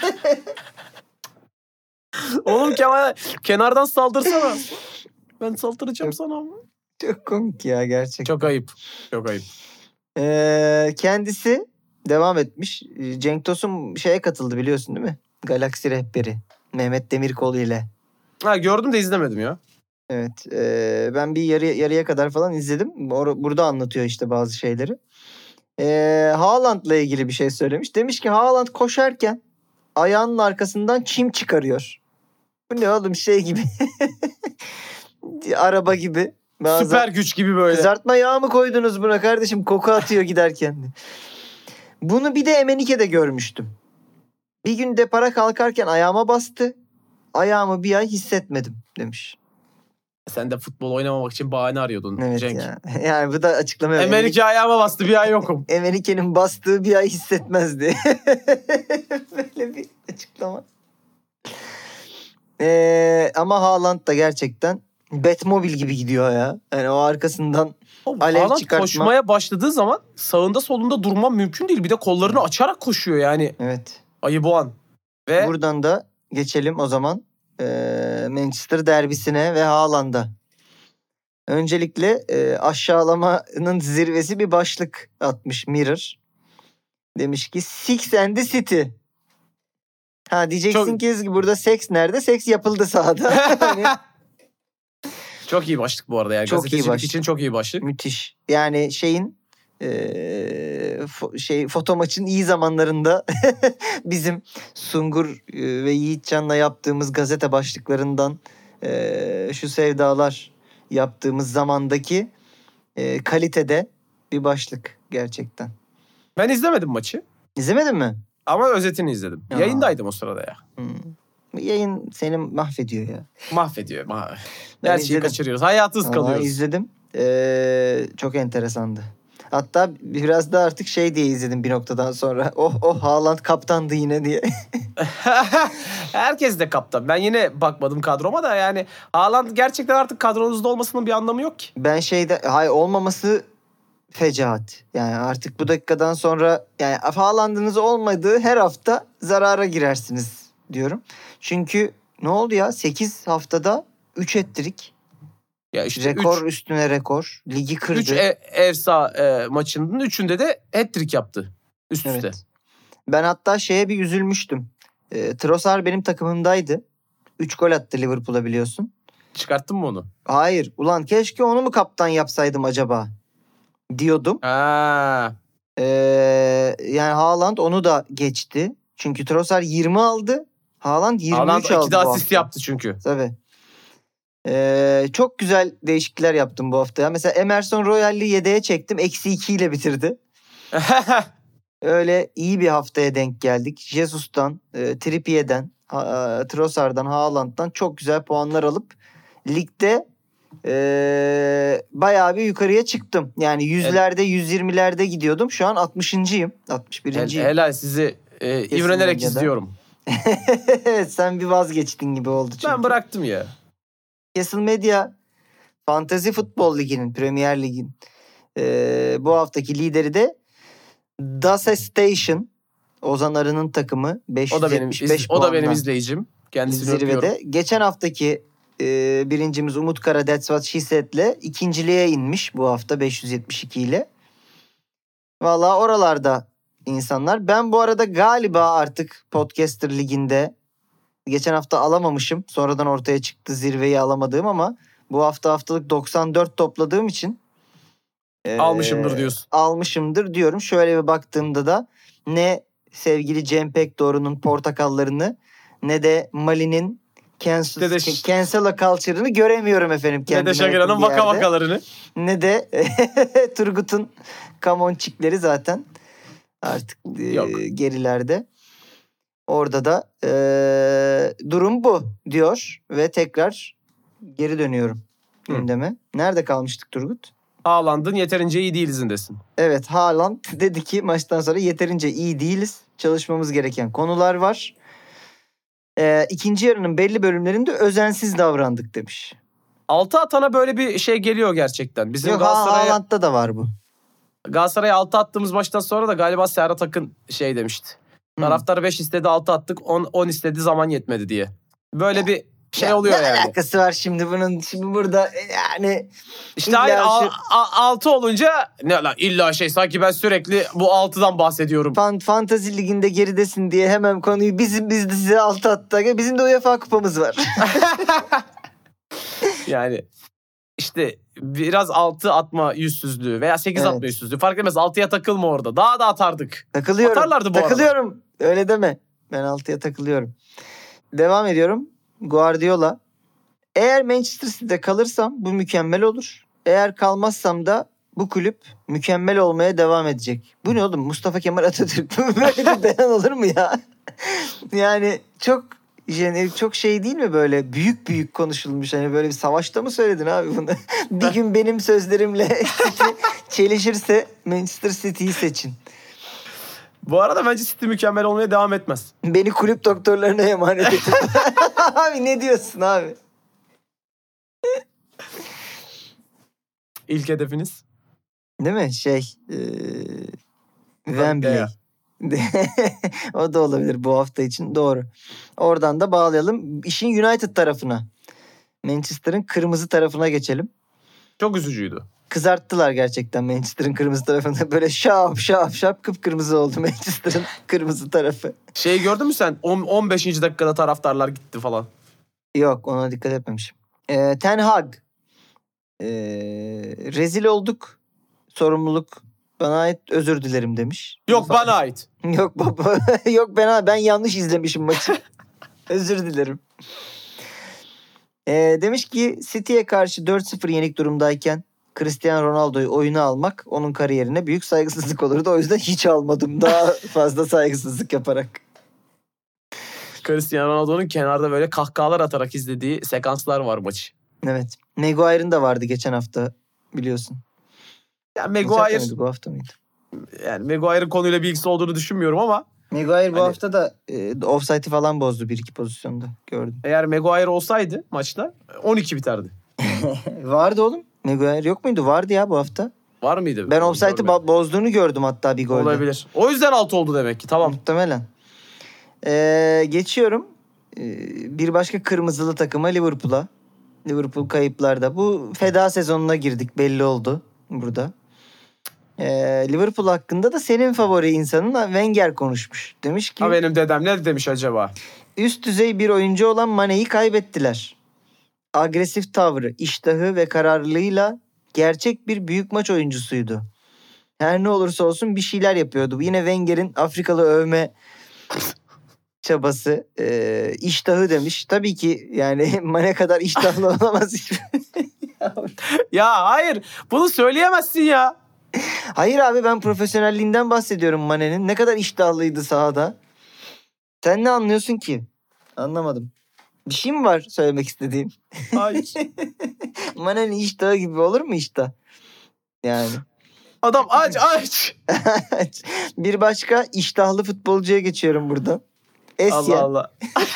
Oğlum Kemal kenardan saldırsana. Ben saldıracağım sana ama. Çok komik ya gerçekten. Çok ayıp. Çok ayıp. Ee, kendisi devam etmiş. Cenk Tosun şeye katıldı biliyorsun değil mi? Galaksi rehberi. Mehmet Demirkol ile. Ha gördüm de izlemedim ya. Evet. E, ben bir yarı, yarıya kadar falan izledim. Or- burada anlatıyor işte bazı şeyleri. E, Haaland'la ilgili bir şey söylemiş. Demiş ki Haaland koşarken ayağının arkasından çim çıkarıyor. Bu ne oğlum şey gibi. Araba gibi. Bazen Süper güç gibi böyle. kızartma yağı mı koydunuz buna kardeşim? Koku atıyor giderken. Bunu bir de Emenike'de görmüştüm. Bir gün depara kalkarken ayağıma bastı. Ayağımı bir ay hissetmedim demiş. Sen de futbol oynamamak için bahane arıyordun Evet Cenk. ya. Yani bu da açıklama. Emenike ayağıma bastı, bir ay yokum. Emenike'nin bastığı bir ay hissetmezdi. Böyle bir açıklama. Ee, ama Haaland da gerçekten Batmobil gibi gidiyor ya. Yani o arkasından Oğlum, alev Haaland çıkartma. koşmaya başladığı zaman sağında solunda durmam mümkün değil. Bir de kollarını açarak koşuyor yani. Evet. Ayı boğan. Ve Buradan da geçelim o zaman ee, Manchester derbisine ve Haaland'a. Öncelikle e, aşağılamanın zirvesi bir başlık atmış Mirror. Demiş ki Six and the City. Ha diyeceksin Çok... ki burada seks nerede? Seks yapıldı sahada. Hani, çok iyi başlık bu arada yani. Çok iyi Gazetecilik başlık. için çok iyi başlık. müthiş. Yani şeyin e, fo- şey foto maçın iyi zamanlarında bizim Sungur e, ve Yiğitcan'la yaptığımız gazete başlıklarından e, şu sevdalar yaptığımız zamandaki e, kalitede bir başlık gerçekten. Ben izlemedim maçı. İzlemedin mi? Ama özetini izledim. Aa. Yayındaydım o sırada ya. Hmm. Yayın seni mahvediyor ya. Mahvediyor. Mah- Ben Her şeyi izledim. kaçırıyoruz. Hayatız Vallahi kalıyoruz. izledim. Ee, çok enteresandı. Hatta biraz da artık şey diye izledim bir noktadan sonra. Oh oh Haaland kaptandı yine diye. Herkes de kaptan. Ben yine bakmadım kadroma da yani Haaland gerçekten artık kadronuzda olmasının bir anlamı yok ki. Ben şeyde hay olmaması fecaat. Yani artık bu dakikadan sonra yani Haaland'ınız olmadığı her hafta zarara girersiniz diyorum. Çünkü ne oldu ya? sekiz haftada üç ettirik. Ya işte Rekor üstüne rekor. Ligi kırdı. üç ev saha e, maçının üçünde de hat-trick yaptı. Üst üste. Evet. Ben hatta şeye bir üzülmüştüm. E, Trossard benim takımımdaydı. üç gol attı Liverpool'a biliyorsun. Çıkarttın mı onu? Hayır. Ulan keşke onu mu kaptan yapsaydım acaba? Diyordum. Ha. E, yani Haaland onu da geçti. Çünkü Trossard yirmi aldı. Haaland yirmi üç Haaland aldı iki de bu asist hafta. yaptı çünkü. Tabii. E, çok güzel değişiklikler yaptım bu hafta. Ya. Mesela Emerson Royal'i yedeğe çektim. Eksi iki ile bitirdi. Öyle iyi bir haftaya denk geldik. Jesus'tan, e, Trippier'den, ha, e, Trossard'dan, Haaland'dan çok güzel puanlar alıp ligde e, bayağı bir yukarıya çıktım. Yani yüzlerde, yüz yirmilerde gidiyordum. Şu an altmışıncıyım. altmış birinciyim. Hel- helal sizi e, ivrenerek medyada. izliyorum. Sen bir vazgeçtin gibi oldu çünkü. Ben bıraktım ya. Castle Media Fantasy Futbol Ligi'nin, Premier Lig'in e, bu haftaki lideri de Dase Station. Ozan Arı'nın takımı beş yüz O da benim yetmiş beş iz- o da benim puanla izleyicim. Kendisini zirvede. öpüyorum. Geçen haftaki e, birincimiz Umut Kara That's What She Said'le ikinciliğe inmiş bu hafta beş yüz yetmiş iki ile. Valla oralarda insanlar. Ben bu arada galiba artık Podcaster Ligi'nde geçen hafta alamamışım. Sonradan ortaya çıktı zirveyi alamadığım ama bu hafta haftalık doksan dört topladığım için e, Almışımdır diyorsun. Almışımdır diyorum. Şöyle bir baktığımda da ne sevgili Cem Pekdoğru'nun portakallarını ne de Mali'nin cancel, Ne de ş- cancel culture'ını göremiyorum efendim. Ne de kendime Şakira'nın yakın bir vaka yerde. vakalarını. Ne de Turgut'un kamonçikleri zaten artık e, Yok. gerilerde. Orada da e, durum bu diyor ve tekrar geri dönüyorum Hı. gündeme. Nerede kalmıştık Turgut? Haaland'ın yeterince iyi değilizindesin. Evet, Haaland dedi ki maçtan sonra yeterince iyi değiliz. Çalışmamız gereken konular var. E, ikinci yarının belli bölümlerinde özensiz davrandık demiş. Altı atana böyle bir şey geliyor gerçekten. Bizim Yok, Ha- Galatasaray'a Haaland'da da var bu. Galatasaray'a altı attığımız maçtan sonra da galiba Serhat Akın şey demişti. Hı. Taraftar beş istedi altı attık on istedi zaman yetmedi diye. Böyle bir şey Ya oluyor ne yani. alakası var şimdi bunun? Şimdi burada e, yani İşte illa hayır al- şu- a- altı olunca ne lan illa şey sanki ben sürekli bu altıdan bahsediyorum. fan, Fantasy Ligi'nde geridesin diye hemen konuyu bizim biz de size altı attık. Bizim de UEFA kupamız var. Yani işte biraz altı atma yüzsüzlüğü veya sekiz Evet. atma yüzsüzlüğü fark etmez altıya takılma orada. Daha da atardık. Takılıyorum. Atarlardı bu arada. Takılıyorum. Öyle deme. Ben altıya takılıyorum. Devam ediyorum. Guardiola. Eğer Manchester City'de kalırsam bu mükemmel olur. Eğer kalmazsam da bu kulüp mükemmel olmaya devam edecek. Bu ne oğlum? Mustafa Kemal Atatürk. Böyle bir beyan olur mu ya? Yani çok yani çok şey değil mi böyle büyük büyük konuşulmuş. Hani böyle bir savaşta mı söyledin abi bunu? Bir gün benim sözlerimle City çelişirse Manchester City'yi seçin. Bu arada bence City mükemmel olmaya devam etmez. Beni kulüp doktorlarına emanet edin. Abi ne diyorsun abi? İlk hedefiniz. Değil mi? Şey e, Van Wembley. O da olabilir bu hafta için. Doğru. Oradan da bağlayalım. İşin United tarafına. Manchester'ın kırmızı tarafına geçelim. Çok üzücüydü. Kızarttılar gerçekten Manchester'ın kırmızı tarafını. Böyle şap şap şap kıpkırmızı oldu Manchester'ın kırmızı tarafı. Şeyi gördün mü sen? on beşinci dakikada taraftarlar gitti falan. Yok, ona dikkat etmemişim. Ee, Ten Hag. Ee, rezil olduk. Sorumluluk bana ait, özür dilerim demiş. Yok bana ait. Yok baba. Yok ben ben yanlış izlemişim maçı. Özür dilerim. Ee, demiş ki City'ye karşı dört sıfır yenik durumdayken Cristiano Ronaldo'yu oyuna almak onun kariyerine büyük saygısızlık olurdu. O yüzden hiç almadım. Daha fazla saygısızlık yaparak. Cristiano Ronaldo'nun kenarda böyle kahkahalar atarak izlediği sekanslar var maçı. Evet. Maguire'ın da vardı geçen hafta biliyorsun. Yani Geçen hafta Maguire, mıydı, bu hafta mıydı? yani Maguire'ın konuyla bir ilgisi olduğunu düşünmüyorum ama Maguire bu Hani- hafta da e, offside'i falan bozdu bir iki pozisyonda. Gördüm. eğer Maguire olsaydı maçta on iki biterdi. Vardı oğlum. Maguire yok muydu? Vardı ya bu hafta. Var mıydı? Ben offside'i Görmedim. bo- bozduğunu gördüm hatta bir golde. Olabilir. O yüzden altı oldu demek ki. Tamam. Muhtemelen. Ee, geçiyorum. Ee, bir başka kırmızılı takıma, Liverpool'a. Liverpool kayıplarda. Bu feda sezonuna girdik, belli oldu burada. Ee, Liverpool hakkında da senin favori insanın Wenger konuşmuş. Demiş ki Ha benim dedem ne demiş acaba? üst düzey bir oyuncu olan Mane'yi kaybettiler. Agresif tavrı, iştahı ve kararlılığıyla gerçek bir büyük maç oyuncusuydu. Her ne olursa olsun bir şeyler yapıyordu. Yine Wenger'in Afrikalı övme çabası, e, iştahı demiş. Tabii ki yani Mane kadar iştahlı olamaz hiç. Ya hayır. Bunu söyleyemezsin ya. Hayır abi, ben profesyonelliğinden bahsediyorum Mane'nin. Ne kadar iştahlıydı sahada. Sen ne anlıyorsun ki? Anlamadım. Bir şey mi var söylemek istediğin? Hayır. Mane'nin iştahı gibi olur mu iştah? Yani. Adam aç aç. Bir başka iştahlı futbolcuya geçiyorum buradan. Essien. Allah Allah.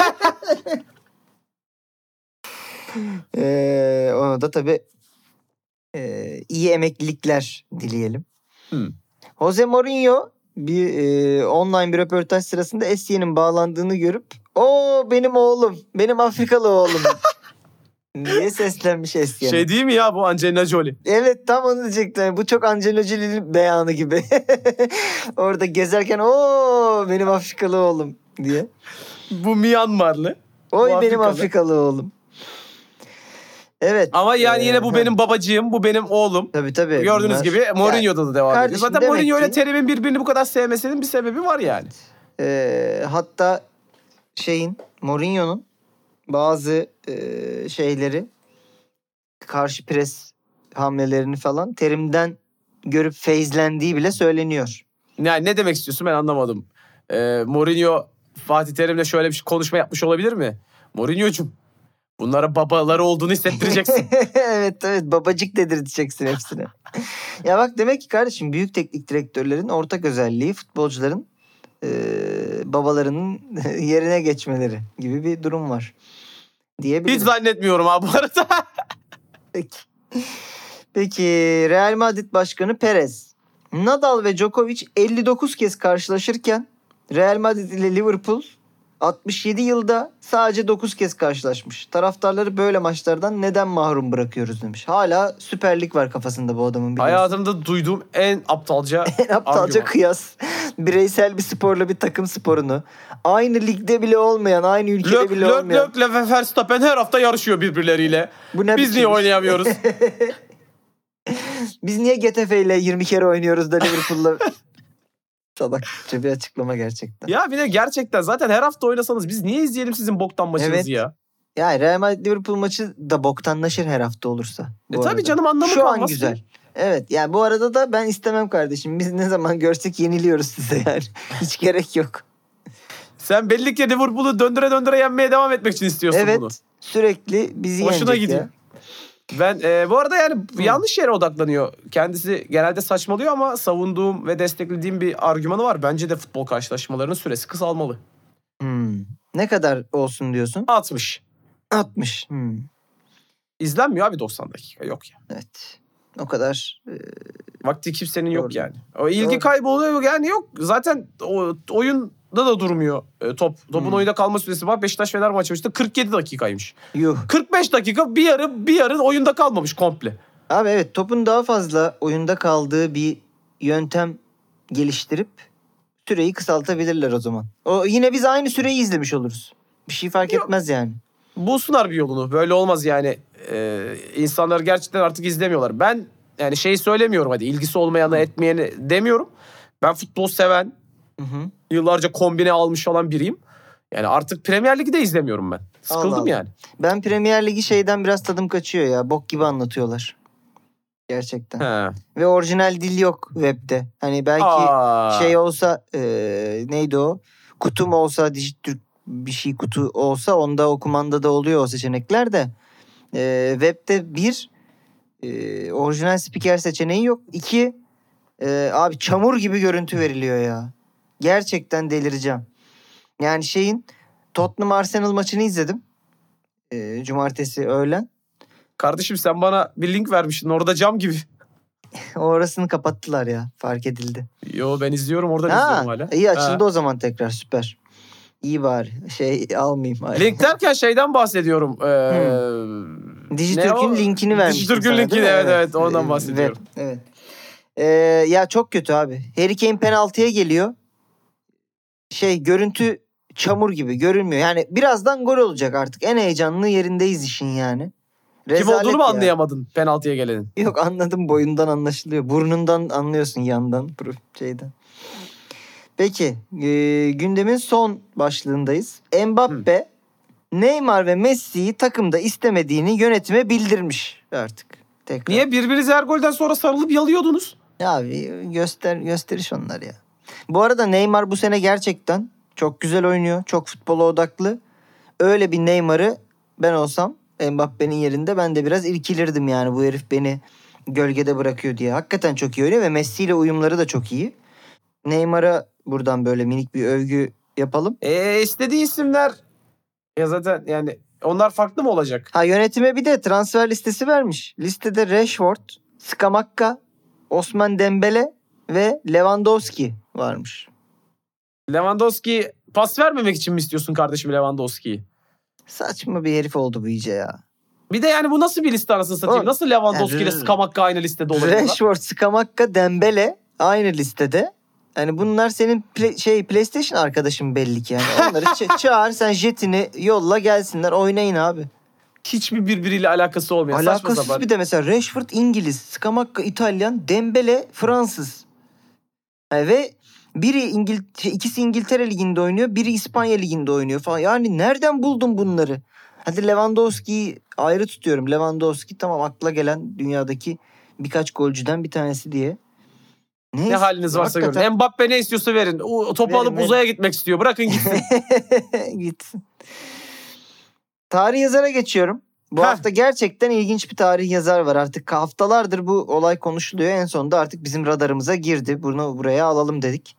Ee, ona da tabii e, iyi emeklilikler dileyelim. Hmm. Jose Mourinho bir e, online bir röportaj sırasında Essien'in bağlandığını görüp o benim oğlum, benim Afrikalı oğlum Niye seslenmiş Essien? Şey değil mi ya bu Angelina Jolie? Evet tam onu diyecektim. Bu çok Angelina Jolie'nin beyanı gibi. Orada gezerken ooo benim Afrikalı oğlum diye. Bu Myanmarlı. Oy Bu benim Afrikalı. Afrikalı oğlum. Evet. Ama yani Ee, yine bu ha. benim babacığım, bu benim oğlum. Tabii tabii. Gördüğünüz bunlar- gibi Mourinho'da da devam ediyor. kardeşim Zaten demek Mourinho ile ki- Terim'in birbirini bu kadar sevmesinin bir sebebi var yani. Ee, hatta şeyin Mourinho'nun bazı e, şeyleri karşı pres hamlelerini falan Terim'den görüp feyzlendiği bile söyleniyor. Yani ne demek istiyorsun ben anlamadım. Ee, Mourinho Fatih Terim'le şöyle bir şey- konuşma yapmış olabilir mi? Mourinho'cum bunlara babaları olduğunu hissettireceksin. evet evet babacık dedirteceksin hepsine. Ya bak demek ki kardeşim büyük teknik direktörlerin ortak özelliği futbolcuların e, babalarının yerine geçmeleri gibi bir durum var. Diyebiliriz. Hiç zannetmiyorum abi bu arada. Peki. Peki Real Madrid Başkanı Perez. Nadal ve Djokovic elli dokuz kez karşılaşırken Real Madrid ile Liverpool altmış yedi yılda sadece dokuz kez karşılaşmış. Taraftarları böyle maçlardan neden mahrum bırakıyoruz demiş. Hala Süper Lig var kafasında bu adamın. biliyorsun. Hayatımda duyduğum en aptalca En aptalca argüman. kıyas. Bireysel bir sporla bir takım sporunu. Aynı ligde bile olmayan, aynı ülkede Lök, bile Lök, olmayan. Lök, Lök ve Verstappen her hafta yarışıyor birbirleriyle. Bu ne Biz biçim niye iş? oynayamıyoruz? Biz niye Getafe ile yirmi kere oynuyoruz da Liverpool'la? Salakça bir açıklama gerçekten. Ya bir de gerçekten zaten her hafta oynasanız biz niye izleyelim sizin boktan maçınızı Evet. ya? Ya Real Madrid Liverpool maçı da boktanlaşır her hafta olursa. E bu tabii arada. canım anlamı Şu an kalmaz güzel. ki. Evet yani bu arada da ben istemem kardeşim. Biz ne zaman görsek yeniliyoruz size yani. Hiç gerek yok. Sen belli ki Liverpool'u döndüre döndüre yenmeye devam etmek için istiyorsun Evet bunu. sürekli bizi Hoşuna yenecek gidiyor. ya. Ben e, bu arada yani yanlış yere odaklanıyor. Kendisi genelde saçmalıyor ama savunduğum ve desteklediğim bir argümanı var. Bence de futbol karşılaşmalarının süresi kısalmalı. Hmm. Ne kadar olsun diyorsun? altmış. altmış. Hmm. İzlenmiyor abi doksan dakika. Yok ya. Evet. O kadar. e, Vakti kimsenin yok Doğru. yani. O ilgi Doğru. kaybı oluyor yani yok. Zaten o, oyunda da durmuyor e, top. Topun Hmm. oyunda kalma süresi var. Beşiktaş Fener maçı maçta kırk yedi dakikaymış. Yuh. kırk beş dakika bir yarı bir yarı oyunda kalmamış komple. Abi evet topun daha fazla oyunda kaldığı bir yöntem geliştirip süreyi kısaltabilirler o zaman. O yine biz aynı süreyi izlemiş oluruz. Bir şey fark Yok. etmez yani. Bulsunlar bir yolunu. Böyle olmaz yani. Ee, insanlar gerçekten artık izlemiyorlar. Ben yani şeyi söylemiyorum hadi ilgisi olmayanı etmeyeni demiyorum. Ben futbol seven, Hı hı. yıllarca kombine almış olan biriyim. Yani artık Premier Lig'i de izlemiyorum ben. Sıkıldım Allah Allah. yani. Ben Premier Ligi şeyden biraz tadım kaçıyor ya. Bok gibi anlatıyorlar. Gerçekten. He. Ve orijinal dil yok webde. Hani belki Aa. şey olsa e, neydi o? Kutum olsa Dijitürk bir şey kutu olsa onda o kumandada oluyor o seçenekler de. E, webde bir e, orijinal spiker seçeneği yok. İki e, abi çamur gibi görüntü veriliyor ya. Gerçekten delireceğim. Yani şeyin Tottenham Arsenal maçını izledim. E, cumartesi öğlen. Kardeşim sen bana bir link vermiştin. Orada cam gibi. Orasını kapattılar ya. Fark edildi. Yo ben izliyorum. Oradan Ha, izliyorum hala. iyi açıldı Ha. o zaman tekrar süper. İyi bari. Şey almayayım. Link derken şeyden bahsediyorum. Ee, Dijitürk'ün ne o? linkini vermiştim Dijitürk'ün sana, linkini değil mi? evet evet ondan Ee, bahsediyorum. ve- evet. Ee, ya çok kötü abi. Harry Kane penaltıya geliyor. Şey görüntü çamur gibi görünmüyor. Yani birazdan gol olacak artık. En heyecanlı yerindeyiz işin yani. Kim Rezalet olduğunu mu ya. anlayamadın penaltıya gelenin? Yok anladım boyundan anlaşılıyor. Burnundan anlıyorsun yandan şeyden. Peki e, gündemin son başlığındayız. Mbappe Neymar ve Messi'yi takımda istemediğini yönetime bildirmiş artık. Tekrar. Niye birbirinize her golden sonra sarılıp yalıyordunuz? Ya abi göster gösteriş onlar ya. Bu arada Neymar bu sene gerçekten çok güzel oynuyor. Çok futbola odaklı. Öyle bir Neymar'ı ben olsam Mbappe'nin yerinde ben de biraz irkilirdim yani. Bu herif beni gölgede bırakıyor diye. Hakikaten çok iyi oynuyor ve Messi ile uyumları da çok iyi. Neymar'a buradan böyle minik bir övgü yapalım. Eee istediği isimler ya zaten yani onlar farklı mı olacak? Ha yönetime bir de transfer listesi vermiş. Listede Rashford, Scamacca, Osman Dembele ve Lewandowski varmış. Lewandowski pas vermemek için mi istiyorsun kardeşim Lewandowski'yi? Saçma bir herif oldu bu iyice ya. Bir de yani bu nasıl bir liste anasını satayım? O- Nasıl Lewandowski ile Yani- Scamacca aynı listede olabilir? Rashford, Scamacca, Dembele aynı listede. Yani bunlar senin play- şey PlayStation arkadaşın belli ki yani. Onları ça- çağır, sen jetini yolla gelsinler, oynayın abi. Hiçbir birbiriyle alakası olmayan saçma Alakasız sapan. bir de mesela Rashford İngiliz, Scamacca İtalyan, Dembele Fransız. Yani ve biri İngil şey, ikisi İngiltere Ligi'nde oynuyor, biri İspanya Ligi'nde oynuyor falan. Yani nereden buldun bunları? Hadi Lewandowski'yi ayrı tutuyorum. Lewandowski tamam, akla gelen dünyadaki birkaç golcüden bir tanesi diye. Neyse, Ne haliniz varsa görün. Mbappe ne istiyorsa verin. O topu Verin, alıp verin. uzaya gitmek istiyor. Bırakın gitsin. Gitsin. Tarih yazara geçiyorum. Bu Heh. hafta gerçekten ilginç bir tarih yazar var. Artık haftalardır bu olay konuşuluyor. En sonunda artık bizim radarımıza girdi. Bunu buraya alalım dedik.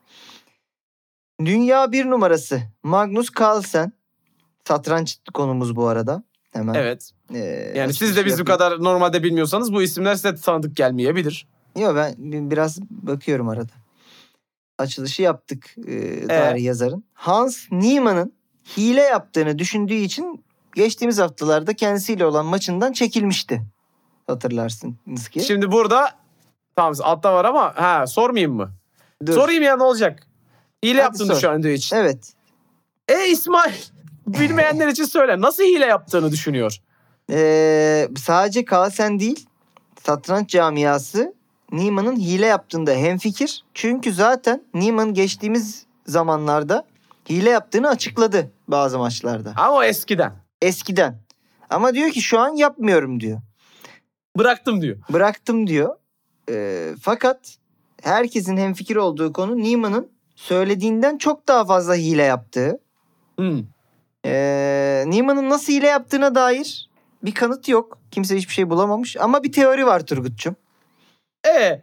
Dünya bir numarası Magnus Carlsen. Satranç konumuz bu arada. Hemen. Evet. Ee, Yani siz de açılışı bizim yapayım. kadar normalde bilmiyorsanız bu isimler size tanıdık gelmeyebilir. Yok, ben bi- biraz bakıyorum arada. Açılışı yaptık e, tarih yazarın. Hans Niemann'ın hile yaptığını düşündüğü için geçtiğimiz haftalarda kendisiyle olan maçından çekilmişti. Hatırlarsınız ki. Şimdi burada tamam altta var ama ha sormayayım mı? Dur. Sorayım ya, ne olacak? Hile Hadi yaptığını sor. düşündüğü için. Evet. E İsmail, bilmeyenler için söyle. Nasıl hile yaptığını düşünüyor? Ee, sadece Carlsen değil, satranç camiası Niemann'ın hile yaptığında hemfikir. Çünkü zaten Niemann geçtiğimiz zamanlarda hile yaptığını açıkladı bazı maçlarda. Ama o eskiden. Eskiden. Ama diyor ki şu an yapmıyorum diyor. Bıraktım diyor. Bıraktım diyor. Ee, fakat herkesin hemfikir olduğu konu Niemann'ın söylediğinden çok daha fazla hile yaptığı. Hmm. Ee, Niemann'ın nasıl hile yaptığına dair bir kanıt yok. Kimse hiçbir şey bulamamış. Ama bir teori var Turgut'cum. E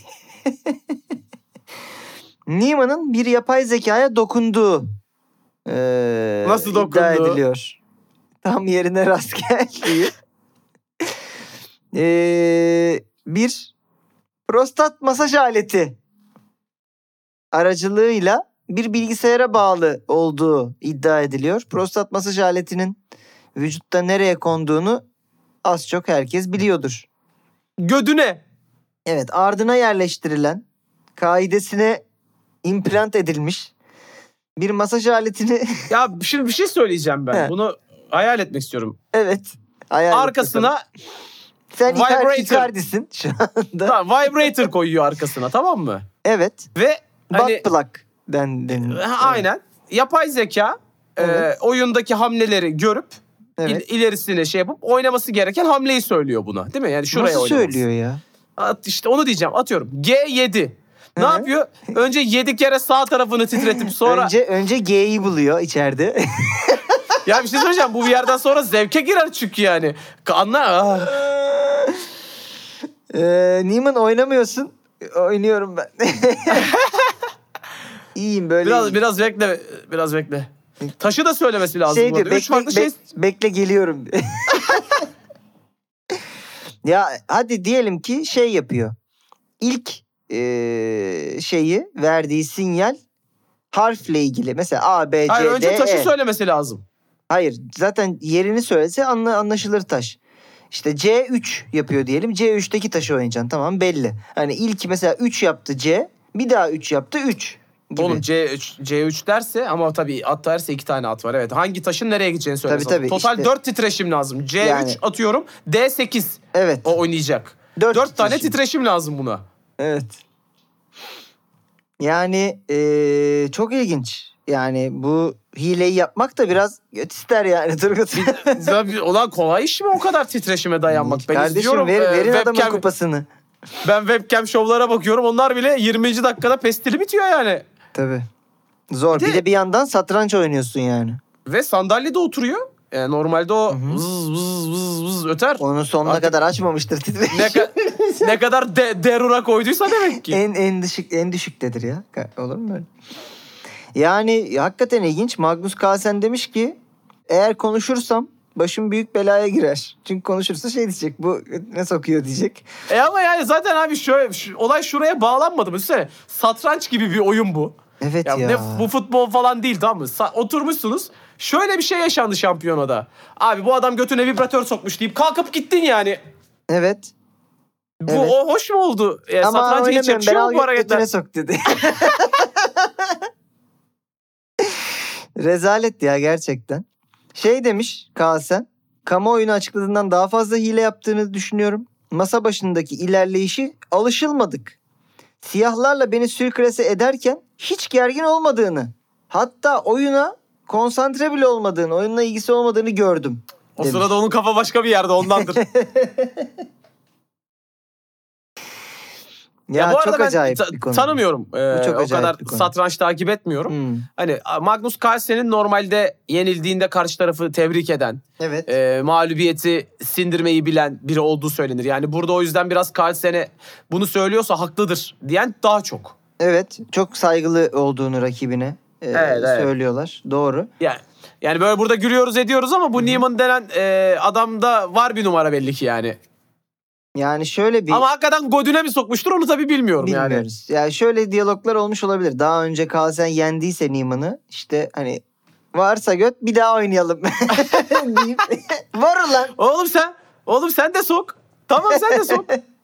Niemann'ın bir yapay zekaya dokunduğu ee, Nasıl iddia dokunduğu? ediliyor. Tam yerine rast geldiği. Ee, bir prostat masaj aleti aracılığıyla bir bilgisayara bağlı olduğu iddia ediliyor. Prostat masaj aletinin vücutta nereye konduğunu az çok herkes biliyordur. gödüne. Evet, ardına yerleştirilen, kaidesine implant edilmiş bir masaj aletini Ya şimdi bir şey söyleyeceğim ben. He. Bunu hayal etmek istiyorum. evet, hayal et bakalım. Arkasına sen Icardi- vibrator. Icardi'sin şu anda. tamam, vibrator koyuyor arkasına, tamam mı? Evet. Ve hani Butt plug den, den. ha, aynen yapay zeka Evet. e, oyundaki hamleleri görüp Evet. il- ilerisine şey yapıp oynaması gereken hamleyi söylüyor buna. Değil mi? Yani şuraya Nasıl oynaması. söylüyor ya? At, işte onu diyeceğim. Atıyorum. G yedi. Ne Hı. yapıyor? Önce yedi kere sağ tarafını titretip sonra... Önce önce G'yi buluyor içeride. Ya bir şey söyleyeceğim. Bu bir yerden sonra zevke girer çünkü yani. Anla. Ah. ee, Niemann oynamıyorsun. Oynuyorum ben. İyiyim böyle. Biraz biraz bekle. Biraz bekle. Taşı da söylemesi lazım. şey bu diyor, arada. Üç bekle, farklı şey... bek- bekle geliyorum. Ya hadi diyelim ki şey yapıyor. İlk ee, şeyi verdiği sinyal harfle ilgili. Mesela A, B, C, Hayır, önce D, taşı E. söylemesi lazım. Hayır, zaten yerini söylese anla, anlaşılır taş. İşte C üç yapıyor diyelim. C üçteki taşı oynayacaksın, tamam, belli. Hani ilk mesela üç yaptı C, bir daha üç yaptı üç gibi. Oğlum C üç, C üç derse ama tabii at derse iki tane at var. Evet. Hangi taşın nereye gideceğini söylemesi Tabii, lazım. tabii, Total işte. dört titreşim lazım. C üç Yani. atıyorum. D sekiz Evet. o oynayacak. Dört dört tane titreşim. titreşim lazım buna. Evet. Yani eee, çok ilginç. Yani bu hileyi yapmak da biraz göt ister yani Turgut. Tabii, ulan kolay iş mi o kadar titreşime dayanmak? Ben Kardeşim izliyorum. ver, e, verin adamın webcam- kupasını. Ben webcam şovlara bakıyorum. Onlar bile yirminci dakikada pestili bitiyor yani. Tabii. Zor. Bir Bir de- de bir yandan satranç oynuyorsun yani. Ve sandalyede oturuyor. E, normalde o Hı hı. vız vız vız vız öter. Onu sonuna Artık- kadar açmamıştır titreşim. Ne, ka- ne kadar de- derura koyduysa demek ki. En en düşük en düşüktedir ya. Ka- Olur mu öyle? Yani hakikaten ilginç. Magnus Carlsen demiş ki eğer konuşursam başım büyük belaya girer. Çünkü konuşursa şey diyecek. Bu ne sokuyor diyecek. E ama yani zaten abi şöyle şu- olay şuraya bağlanmadı mı? Düşünsene, satranç gibi bir oyun bu. Evet Ya, ya. Ne, bu futbol falan değil, tamam mı? Sa- oturmuşsunuz şöyle bir şey yaşandı şampiyonada. Abi bu adam götüne vibratör sokmuş deyip kalkıp gittin yani. Evet. Bu Evet. o hoş mu oldu? Yani Ama satranca hiç oynamıyorum, ben yakışıyor al mu bu götüne hareketler? sok dedi. Rezalet ya gerçekten. Şey demiş Kalsen. Kamuoyunu açıkladığından daha fazla hile yaptığını düşünüyorum. Masa başındaki ilerleyişi alışılmadık. Siyahlarla beni sürklase ederken hiç gergin olmadığını, hatta oyuna konsantre bile olmadığını, oyunla ilgisi olmadığını gördüm. O demiş. sırada onun kafa başka bir yerde ondandır. Ya, Ya bu arada çok ben acayip ta- bir konu. tanımıyorum. Ee, Bu çok o acayip kadar bir konu. satranç takip etmiyorum. Hmm. Hani Magnus Carlsen'in normalde yenildiğinde karşı tarafı tebrik eden, Evet. e, mağlubiyeti sindirmeyi bilen biri olduğu söylenir. Yani burada o yüzden biraz Carlsen'e bunu söylüyorsa haklıdır diyen daha çok. Evet. Çok saygılı olduğunu rakibine e, Evet, evet. söylüyorlar. Doğru. Yani yani böyle burada gülüyoruz ediyoruz ama bu Niemann denen e, adamda var bir numara belli ki yani. Yani şöyle bir... Ama hakikaten Godin'e mi sokmuştur onu tabii bilmiyorum yani. Bilmiyoruz. Yani şöyle diyaloglar olmuş olabilir. Daha önce Carlsen yendiyse Niemann'ı işte hani varsa göt bir daha oynayalım deyip var ulan. Oğlum sen, oğlum sen de sok. Tamam sen de sok.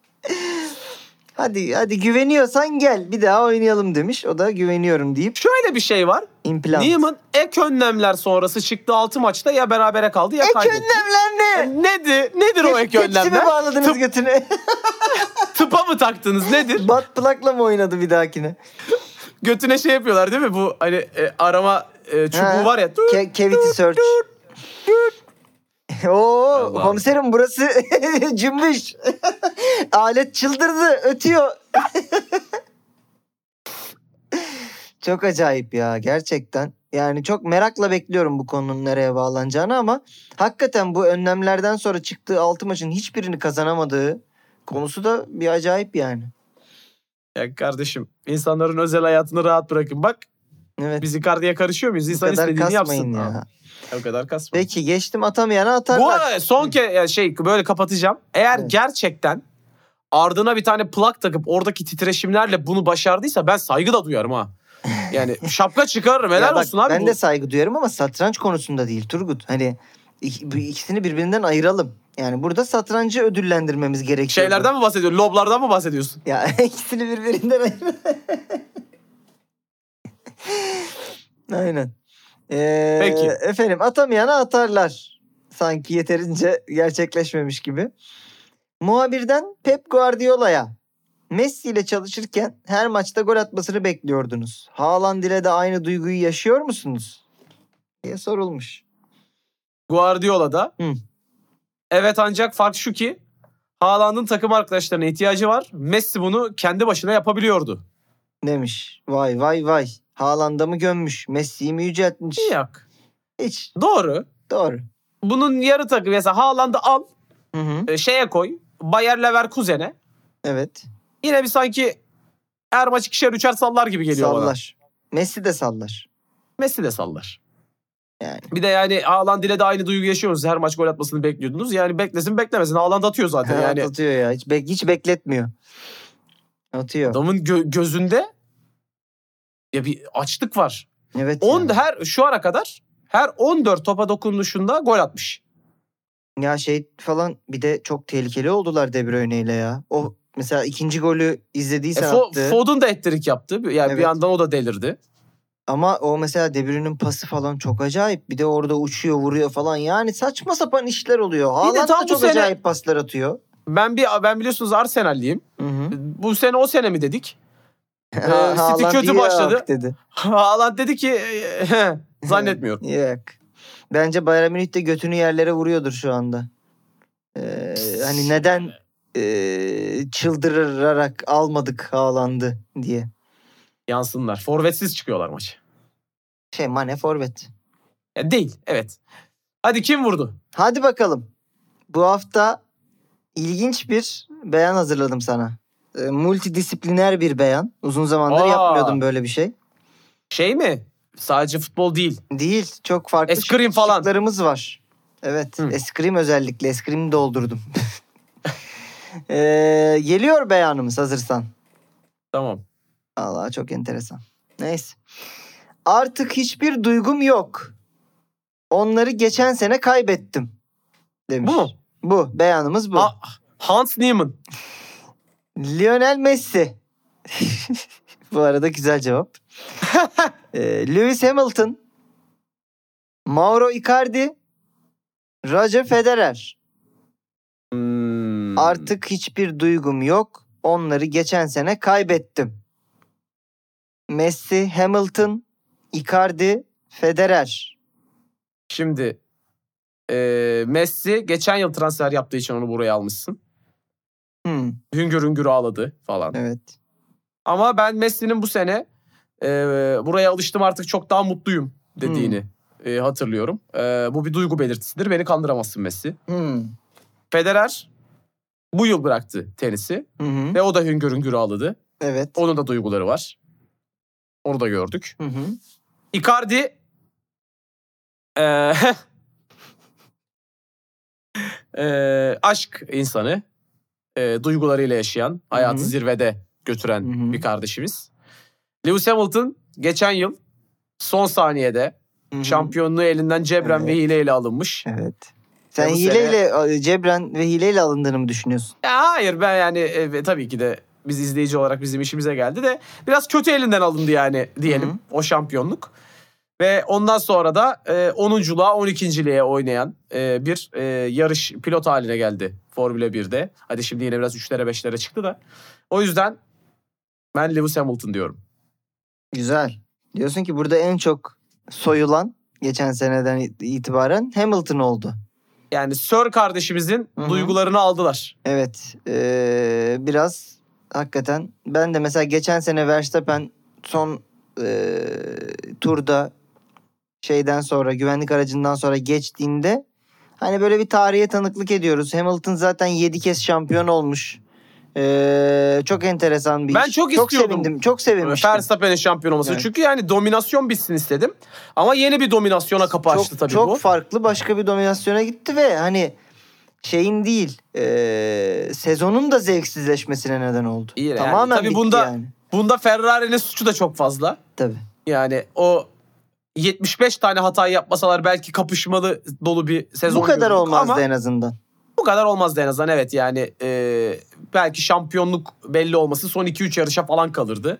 Hadi hadi güveniyorsan gel bir daha oynayalım demiş. O da güveniyorum deyip Şöyle bir şey var. implant. Niemann ek önlemler sonrası çıktığı altı maçta ya berabere kaldı ya Ek kaybetti. önlemler ne? Nedir? Nedir o ek Tepsi mi önlemler? bağladınız Tıp- götüne? tıpa mı taktınız nedir? Butt plug'la mı oynadı bir dahakine? Götüne şey yapıyorlar değil mi? Bu hani e, arama e, çubuğu Ha, var ya. Ke- cavity search. Oo Allah. komiserim burası cümbüş. Alet çıldırdı ötüyor. Çok acayip ya gerçekten. Yani çok merakla bekliyorum bu konunun nereye bağlanacağını ama hakikaten bu önlemlerden sonra çıktığı altı maçın hiçbirini kazanamadığı konusu da bir acayip yani. Ya kardeşim insanların özel hayatını rahat bırakın. Bak Evet. biz Icardi'ye karışıyor muyuz? Bu İnsan kadar istediğini kasmayın yapsın. ya. Ha, o kadar kasmayın. Peki geçtim atamayana atarlar. Bu arada son kez yani şey böyle kapatacağım. Eğer Evet. gerçekten ardına bir tane plak takıp oradaki titreşimlerle bunu başardıysa ben saygı da duyarım ha. Yani şapka çıkarırım. Ya Helal bak, olsun abi. ben bu. de saygı duyarım ama satranç konusunda değil Turgut. Hani ik- bu ikisini birbirinden ayıralım. Yani burada satrancı ödüllendirmemiz gerekiyor. Şeylerden mi bahsediyorsun? Loblardan mı bahsediyorsun? Ya ikisini birbirinden ayır. Aynen. Ee, Peki. Efendim atamayana atarlar. Sanki yeterince gerçekleşmemiş gibi. Muhabirden Pep Guardiola'ya Messi ile çalışırken her maçta gol atmasını bekliyordunuz. Haaland ile de aynı duyguyu yaşıyor musunuz? diye sorulmuş. Guardiola'da. Hı. Evet ancak fark şu ki Haaland'ın takım arkadaşlarına ihtiyacı var. Messi bunu kendi başına yapabiliyordu. Demiş. Vay vay vay. Haaland'a mı gömmüş? Messi'yi mi yüceltmiş? Yok. Hiç. Doğru. Doğru. Bunun yarı takım mesela Haaland'ı al Hı hı. e, şeye koy. Bayer Leverkusen'e. Evet. Yine bir sanki her maç ikişer üçer sallar gibi geliyor bana. Sallar. Messi de sallar. Messi de sallar. Yani. Bir de yani Haaland ile de aynı duygu yaşıyorsunuz. Her maç gol atmasını bekliyordunuz. Yani beklesin beklemesin. Haaland atıyor zaten. Yani Atıyor ya. Hiç, bek- hiç bekletmiyor. Atıyor. adamın gö- gözünde ya bir açlık var. Evet. on ya. her şu ana kadar her on dört topa dokunuşunda gol atmış. Ya şey falan bir de çok tehlikeli oldular De Bruyne ile ya. O mesela ikinci golü E, izlediysen Fo- attı. Foden da ettirik yaptı. Yani Evet. bir yandan o da delirdi. Ama o mesela De Bruyne'nin pası falan çok acayip. Bir de orada uçuyor vuruyor falan. Yani saçma sapan işler oluyor. Haaland tam da bu çok sene- acayip paslar atıyor. Ben bir ben biliyorsunuz Arsenal'liyim. Hı hı. Bu sene o sene mi dedik? Ee, City Haaland kötü yok başladı. dedi. Haaland dedi ki "He, zannetmiyorum. Yok. Bence Bayern Münih de götünü yerlere vuruyordur şu anda. Ee, hani neden e, çıldırarak almadık Haaland'ı diye. Yansınlar. Forvetsiz çıkıyorlar maçı. Şey Mane forvet. Ya değil evet. Hadi kim vurdu? Hadi bakalım. Bu hafta ilginç bir beyan hazırladım sana. Ee, multidisipliner bir beyan. Uzun zamandır Aa. yapmıyordum böyle bir şey. Şey mi? Sadece futbol değil. Değil. Çok farklı Eskrim şık- falan. şıklarımız var. Evet. Hı. Eskrim özellikle. Eskrimi doldurdum. Ee, geliyor beyanımız hazırsan. Tamam. Allah çok enteresan. Neyse. Artık hiçbir duygum yok. onları geçen sene kaybettim demiş. Bu mu? Bu. Beyanımız bu. Ha, Hans Niemann. Lionel Messi. Bu arada güzel cevap. Ee, Lewis Hamilton. Mauro Icardi. Roger Federer. Hmm. Artık hiçbir duygum yok. Onları geçen sene kaybettim. Messi, Hamilton, Icardi, Federer. Şimdi e, Messi geçen yıl transfer yaptığı için onu buraya almışsın. Hmm, Hüngür hüngür ağladı falan. evet. Ama ben Messi'nin bu sene e, buraya alıştım artık çok daha mutluyum dediğini e, hatırlıyorum. E, bu bir duygu belirtisidir. Beni kandıramazsın Messi. Hmm. Federer bu yıl bıraktı tenisi Hı hı. ve o da hüngür hüngür ağladı. Evet. Onun da duyguları var. Onu da gördük. Hı hı. Icardi e, e, aşk insanı, e, duygularıyla yaşayan, hayatı Hı hı. zirvede götüren Hı hı. bir kardeşimiz. Lewis Hamilton geçen yıl son saniyede Hı hı. şampiyonluğu elinden cebren Evet. ve hileyle alınmış. Evet. Sen bu hileyle, cebren ve hileyle alındığını mı düşünüyorsun? Ya hayır ben yani e, tabii ki de biz izleyici olarak bizim işimize geldi de biraz kötü elinden alındı yani diyelim Hı hı. o şampiyonluk. Ve ondan sonra da e, onunculuğa on ikinciliğe oynayan e, bir e, yarış pilot haline geldi Formula birde. Hadi şimdi yine biraz üçlere beşlere çıktı da. O yüzden ben Lewis Hamilton diyorum. Güzel. Diyorsun ki burada en çok soyulan geçen seneden itibaren Hamilton oldu. Yani Sir kardeşimizin Hı hı. duygularını aldılar. Evet. Ee, biraz hakikaten ben de mesela geçen sene Verstappen son e, turda şeyden sonra güvenlik aracından sonra geçtiğinde hani böyle bir tarihe tanıklık ediyoruz. Hamilton zaten yedi kez şampiyon olmuş. Ee, çok enteresan bir Ben iş. çok Çok istiyordum. sevindim. Çok sevinmiştim. Verstappen'in şampiyon olması. Evet. Çünkü yani dominasyon bitsin istedim. Ama yeni bir dominasyona kapı açtı çok, tabii çok bu. farklı başka bir dominasyona gitti ve hani şeyin değil e, sezonun da zevksizleşmesine neden oldu. İyi yani. Tamamen Tabii bitti bunda yani. bunda Ferrari'nin suçu da çok fazla. Tabii. Yani o yetmiş beş tane hata yapmasalar belki kapışmalı dolu bir sezon Bu kadar görürdük. olmazdı Ama en azından. bu kadar olmazdı en azından evet yani e, belki şampiyonluk belli olması son iki üç yarışa falan kalırdı.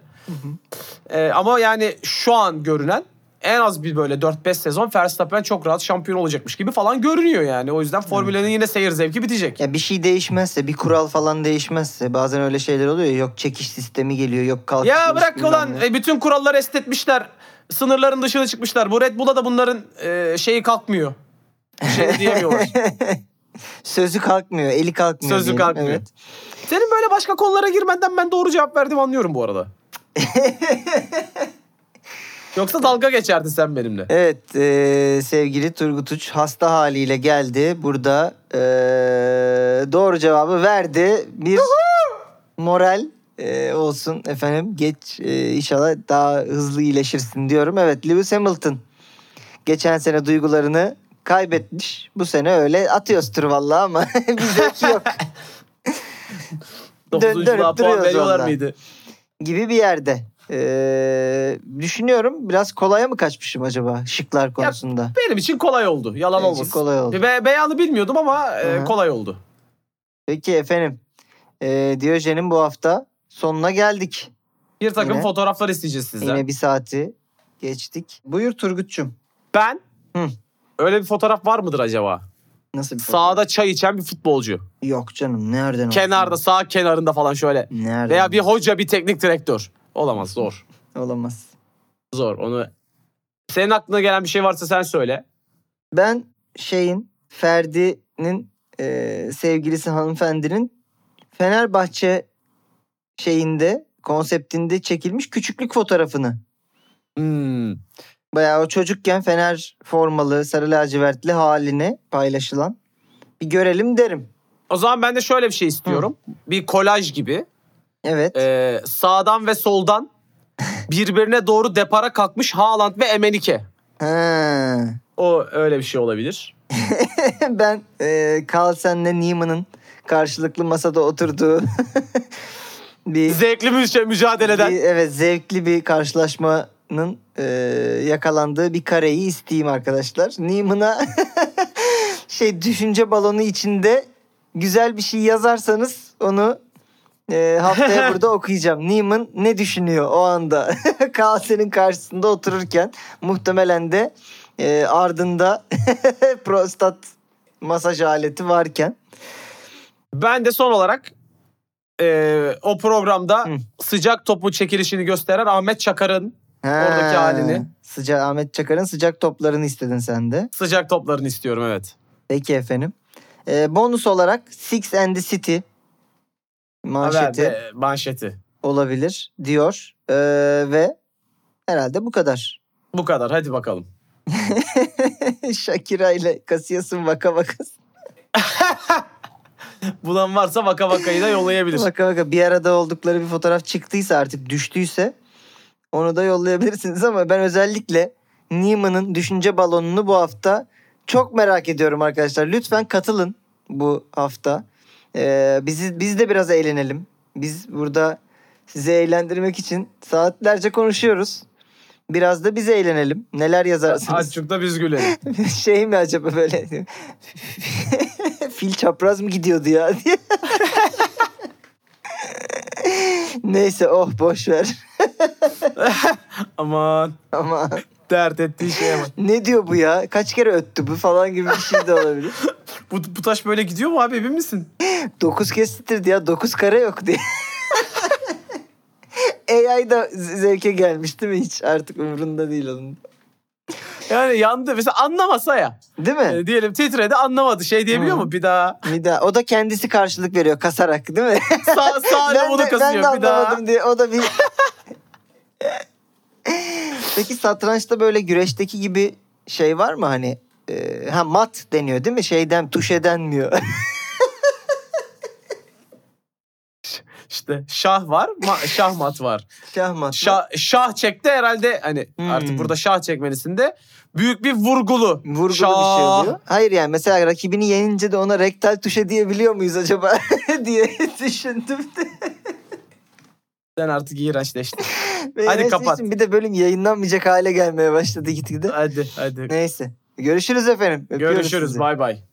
E, ama yani şu an görünen en az bir böyle dört beş sezon Verstappen çok rahat şampiyon olacakmış gibi falan görünüyor yani. O yüzden Formula'nın yine seyir zevki bitecek. Ya bir şey değişmezse, bir kural falan değişmezse bazen öyle şeyler oluyor ya, yok çekiş sistemi geliyor, yok kalkış. Ya bırak ulan e, bütün kuralları esnetmişler. Sınırların dışına çıkmışlar. Bu Red Bull'a da bunların e, şeyi kalkmıyor. Şey diyemiyorlar. Sözü kalkmıyor, eli kalkmıyor. Sözü diyelim. kalkmıyor. Evet. Senin böyle başka konulara girmenden ben doğru cevap verdim anlıyorum bu arada. Yoksa dalga geçerdin sen benimle. Evet, e, sevgili Turgut Uç hasta haliyle geldi. Burada e, doğru cevabı verdi. Bir moral e, olsun efendim. Geç e, inşallah daha hızlı iyileşirsin diyorum. Evet, Lewis Hamilton geçen sene duygularını kaybetmiş. Bu sene öyle atıyoruz vallahi ama bir zevki yok. Dokuzunculuğa dönüp puan duruyoruz veriyorlar vallahi. mıydı? Gibi bir yerde. Ee, düşünüyorum biraz kolaya mı kaçmışım acaba şıklar konusunda? Benim için kolay oldu. Yalan Benim için olmasın. kolay oldu. Be- beyanı bilmiyordum ama e, Hı hı. kolay oldu. Peki efendim. Ee, Diyojen'in bu hafta sonuna geldik. Bir takım Yine- fotoğraflar isteyeceğiz sizden. Yine bir saati geçtik. Buyur Turgut'cum. Ben Hı. öyle bir fotoğraf var mıdır acaba? Nasıl bir Sağda çay içen bir futbolcu. fotoğraf? Yok canım, nereden olsun? Kenarda, sağ kenarında falan şöyle. Nereden? Veya bir hoca, bir teknik direktör. Olamaz, zor. Olamaz. Zor. Onu senin aklına gelen bir şey varsa sen söyle. Ben şeyin Ferdi'nin e, sevgilisi hanımefendinin Fenerbahçe şeyinde konseptinde çekilmiş küçüklük fotoğrafını. Hmm. Bayağı o çocukken Fener formalı, sarı lacivertli haline paylaşılan bir görelim derim. O zaman ben de şöyle bir şey istiyorum. Bir kolaj gibi. Evet. Ee, sağdan ve soldan birbirine doğru depara kalkmış Haaland ve Emenike. Ha. O öyle bir şey olabilir. Ben e, Carlsen'le Niemann'ın karşılıklı masada oturduğu bir, Zevkli bir şey mücadeleden. bir evet zevkli bir karşılaşma Neiman'ın e, yakalandığı bir kareyi isteyeyim arkadaşlar. Neiman'a şey düşünce balonu içinde güzel bir şey yazarsanız onu e, haftaya burada okuyacağım. Neiman ne düşünüyor o anda? Kasenin karşısında otururken muhtemelen de e, ardında prostat masaj aleti varken. Ben de son olarak e, o programda Hı. sıcak topu çekilişini gösteren Ahmet Çakar'ın Ha, oradaki halini. Sıcak Ahmet Çakar'ın sıcak toplarını istedin sen de. Sıcak toplarını istiyorum, evet. Peki efendim. Ee, bonus olarak Six and the City manşeti Evet, e, manşeti. olabilir diyor. Ee, ve herhalde bu kadar. Bu kadar, hadi bakalım. Shakira ile Casillas'ın vaka vakası. Bulan varsa vaka vakayı da yollayabilir. Vaka vaka bir arada oldukları bir fotoğraf çıktıysa artık düştüyse onu da yollayabilirsiniz ama ben özellikle Neiman'ın düşünce balonunu bu hafta çok merak ediyorum arkadaşlar. Lütfen katılın bu hafta. Ee, bizi, biz de biraz eğlenelim. Biz burada sizi eğlendirmek için saatlerce konuşuyoruz. Biraz da biz eğlenelim. Neler yazarsınız? Azıcık da biz gülelim. Şey mi acaba böyle? Fil çapraz mı gidiyordu ya diye. Neyse oh boş ver. Aman. Ama Dert ettiği şeye bak. ne diyor bu ya? Kaç kere öttü bu falan gibi bir şey de olabilir. Bu, bu taş böyle gidiyor mu abi, emin misin? Dokuz kez titredi ya. Dokuz kare yok diye. A I da zevke gelmiş değil mi hiç? Artık umurunda değil onun. Yani yandı. Mesela anlamasa ya. Değil mi? E, diyelim titredi, anlamadı. Şey diyebiliyor Hı. mu? Bir daha. Bir daha. O da kendisi karşılık veriyor kasarak değil mi? Sağ, sağ ben, bunu de, kasıyor. ben de Bir daha. anlamadım diye. O da bir... Peki satrançta böyle güreşteki gibi şey var mı hani? E, ha mat deniyor değil mi? Şeyden tuşe denmiyor. İşte şah var, ma- şahmat var. Şahmat. Şah, şah çekti herhalde, hani Hmm. artık burada şah çekmelisinde büyük bir vurgulu. Vurgulu şah. bir şey oluyor. Hayır yani mesela rakibini yenince de ona rektal tuşe diyebiliyor muyuz acaba diye düşündüm de. Sen artık iğrençleştin. Ve Hadi neyse kapat. şimdi bir de bölüm yayınlanmayacak hale gelmeye başladı gitgide. Hadi hadi. Neyse. Görüşürüz efendim. Öpüyoruz Görüşürüz, sizi. bay bay.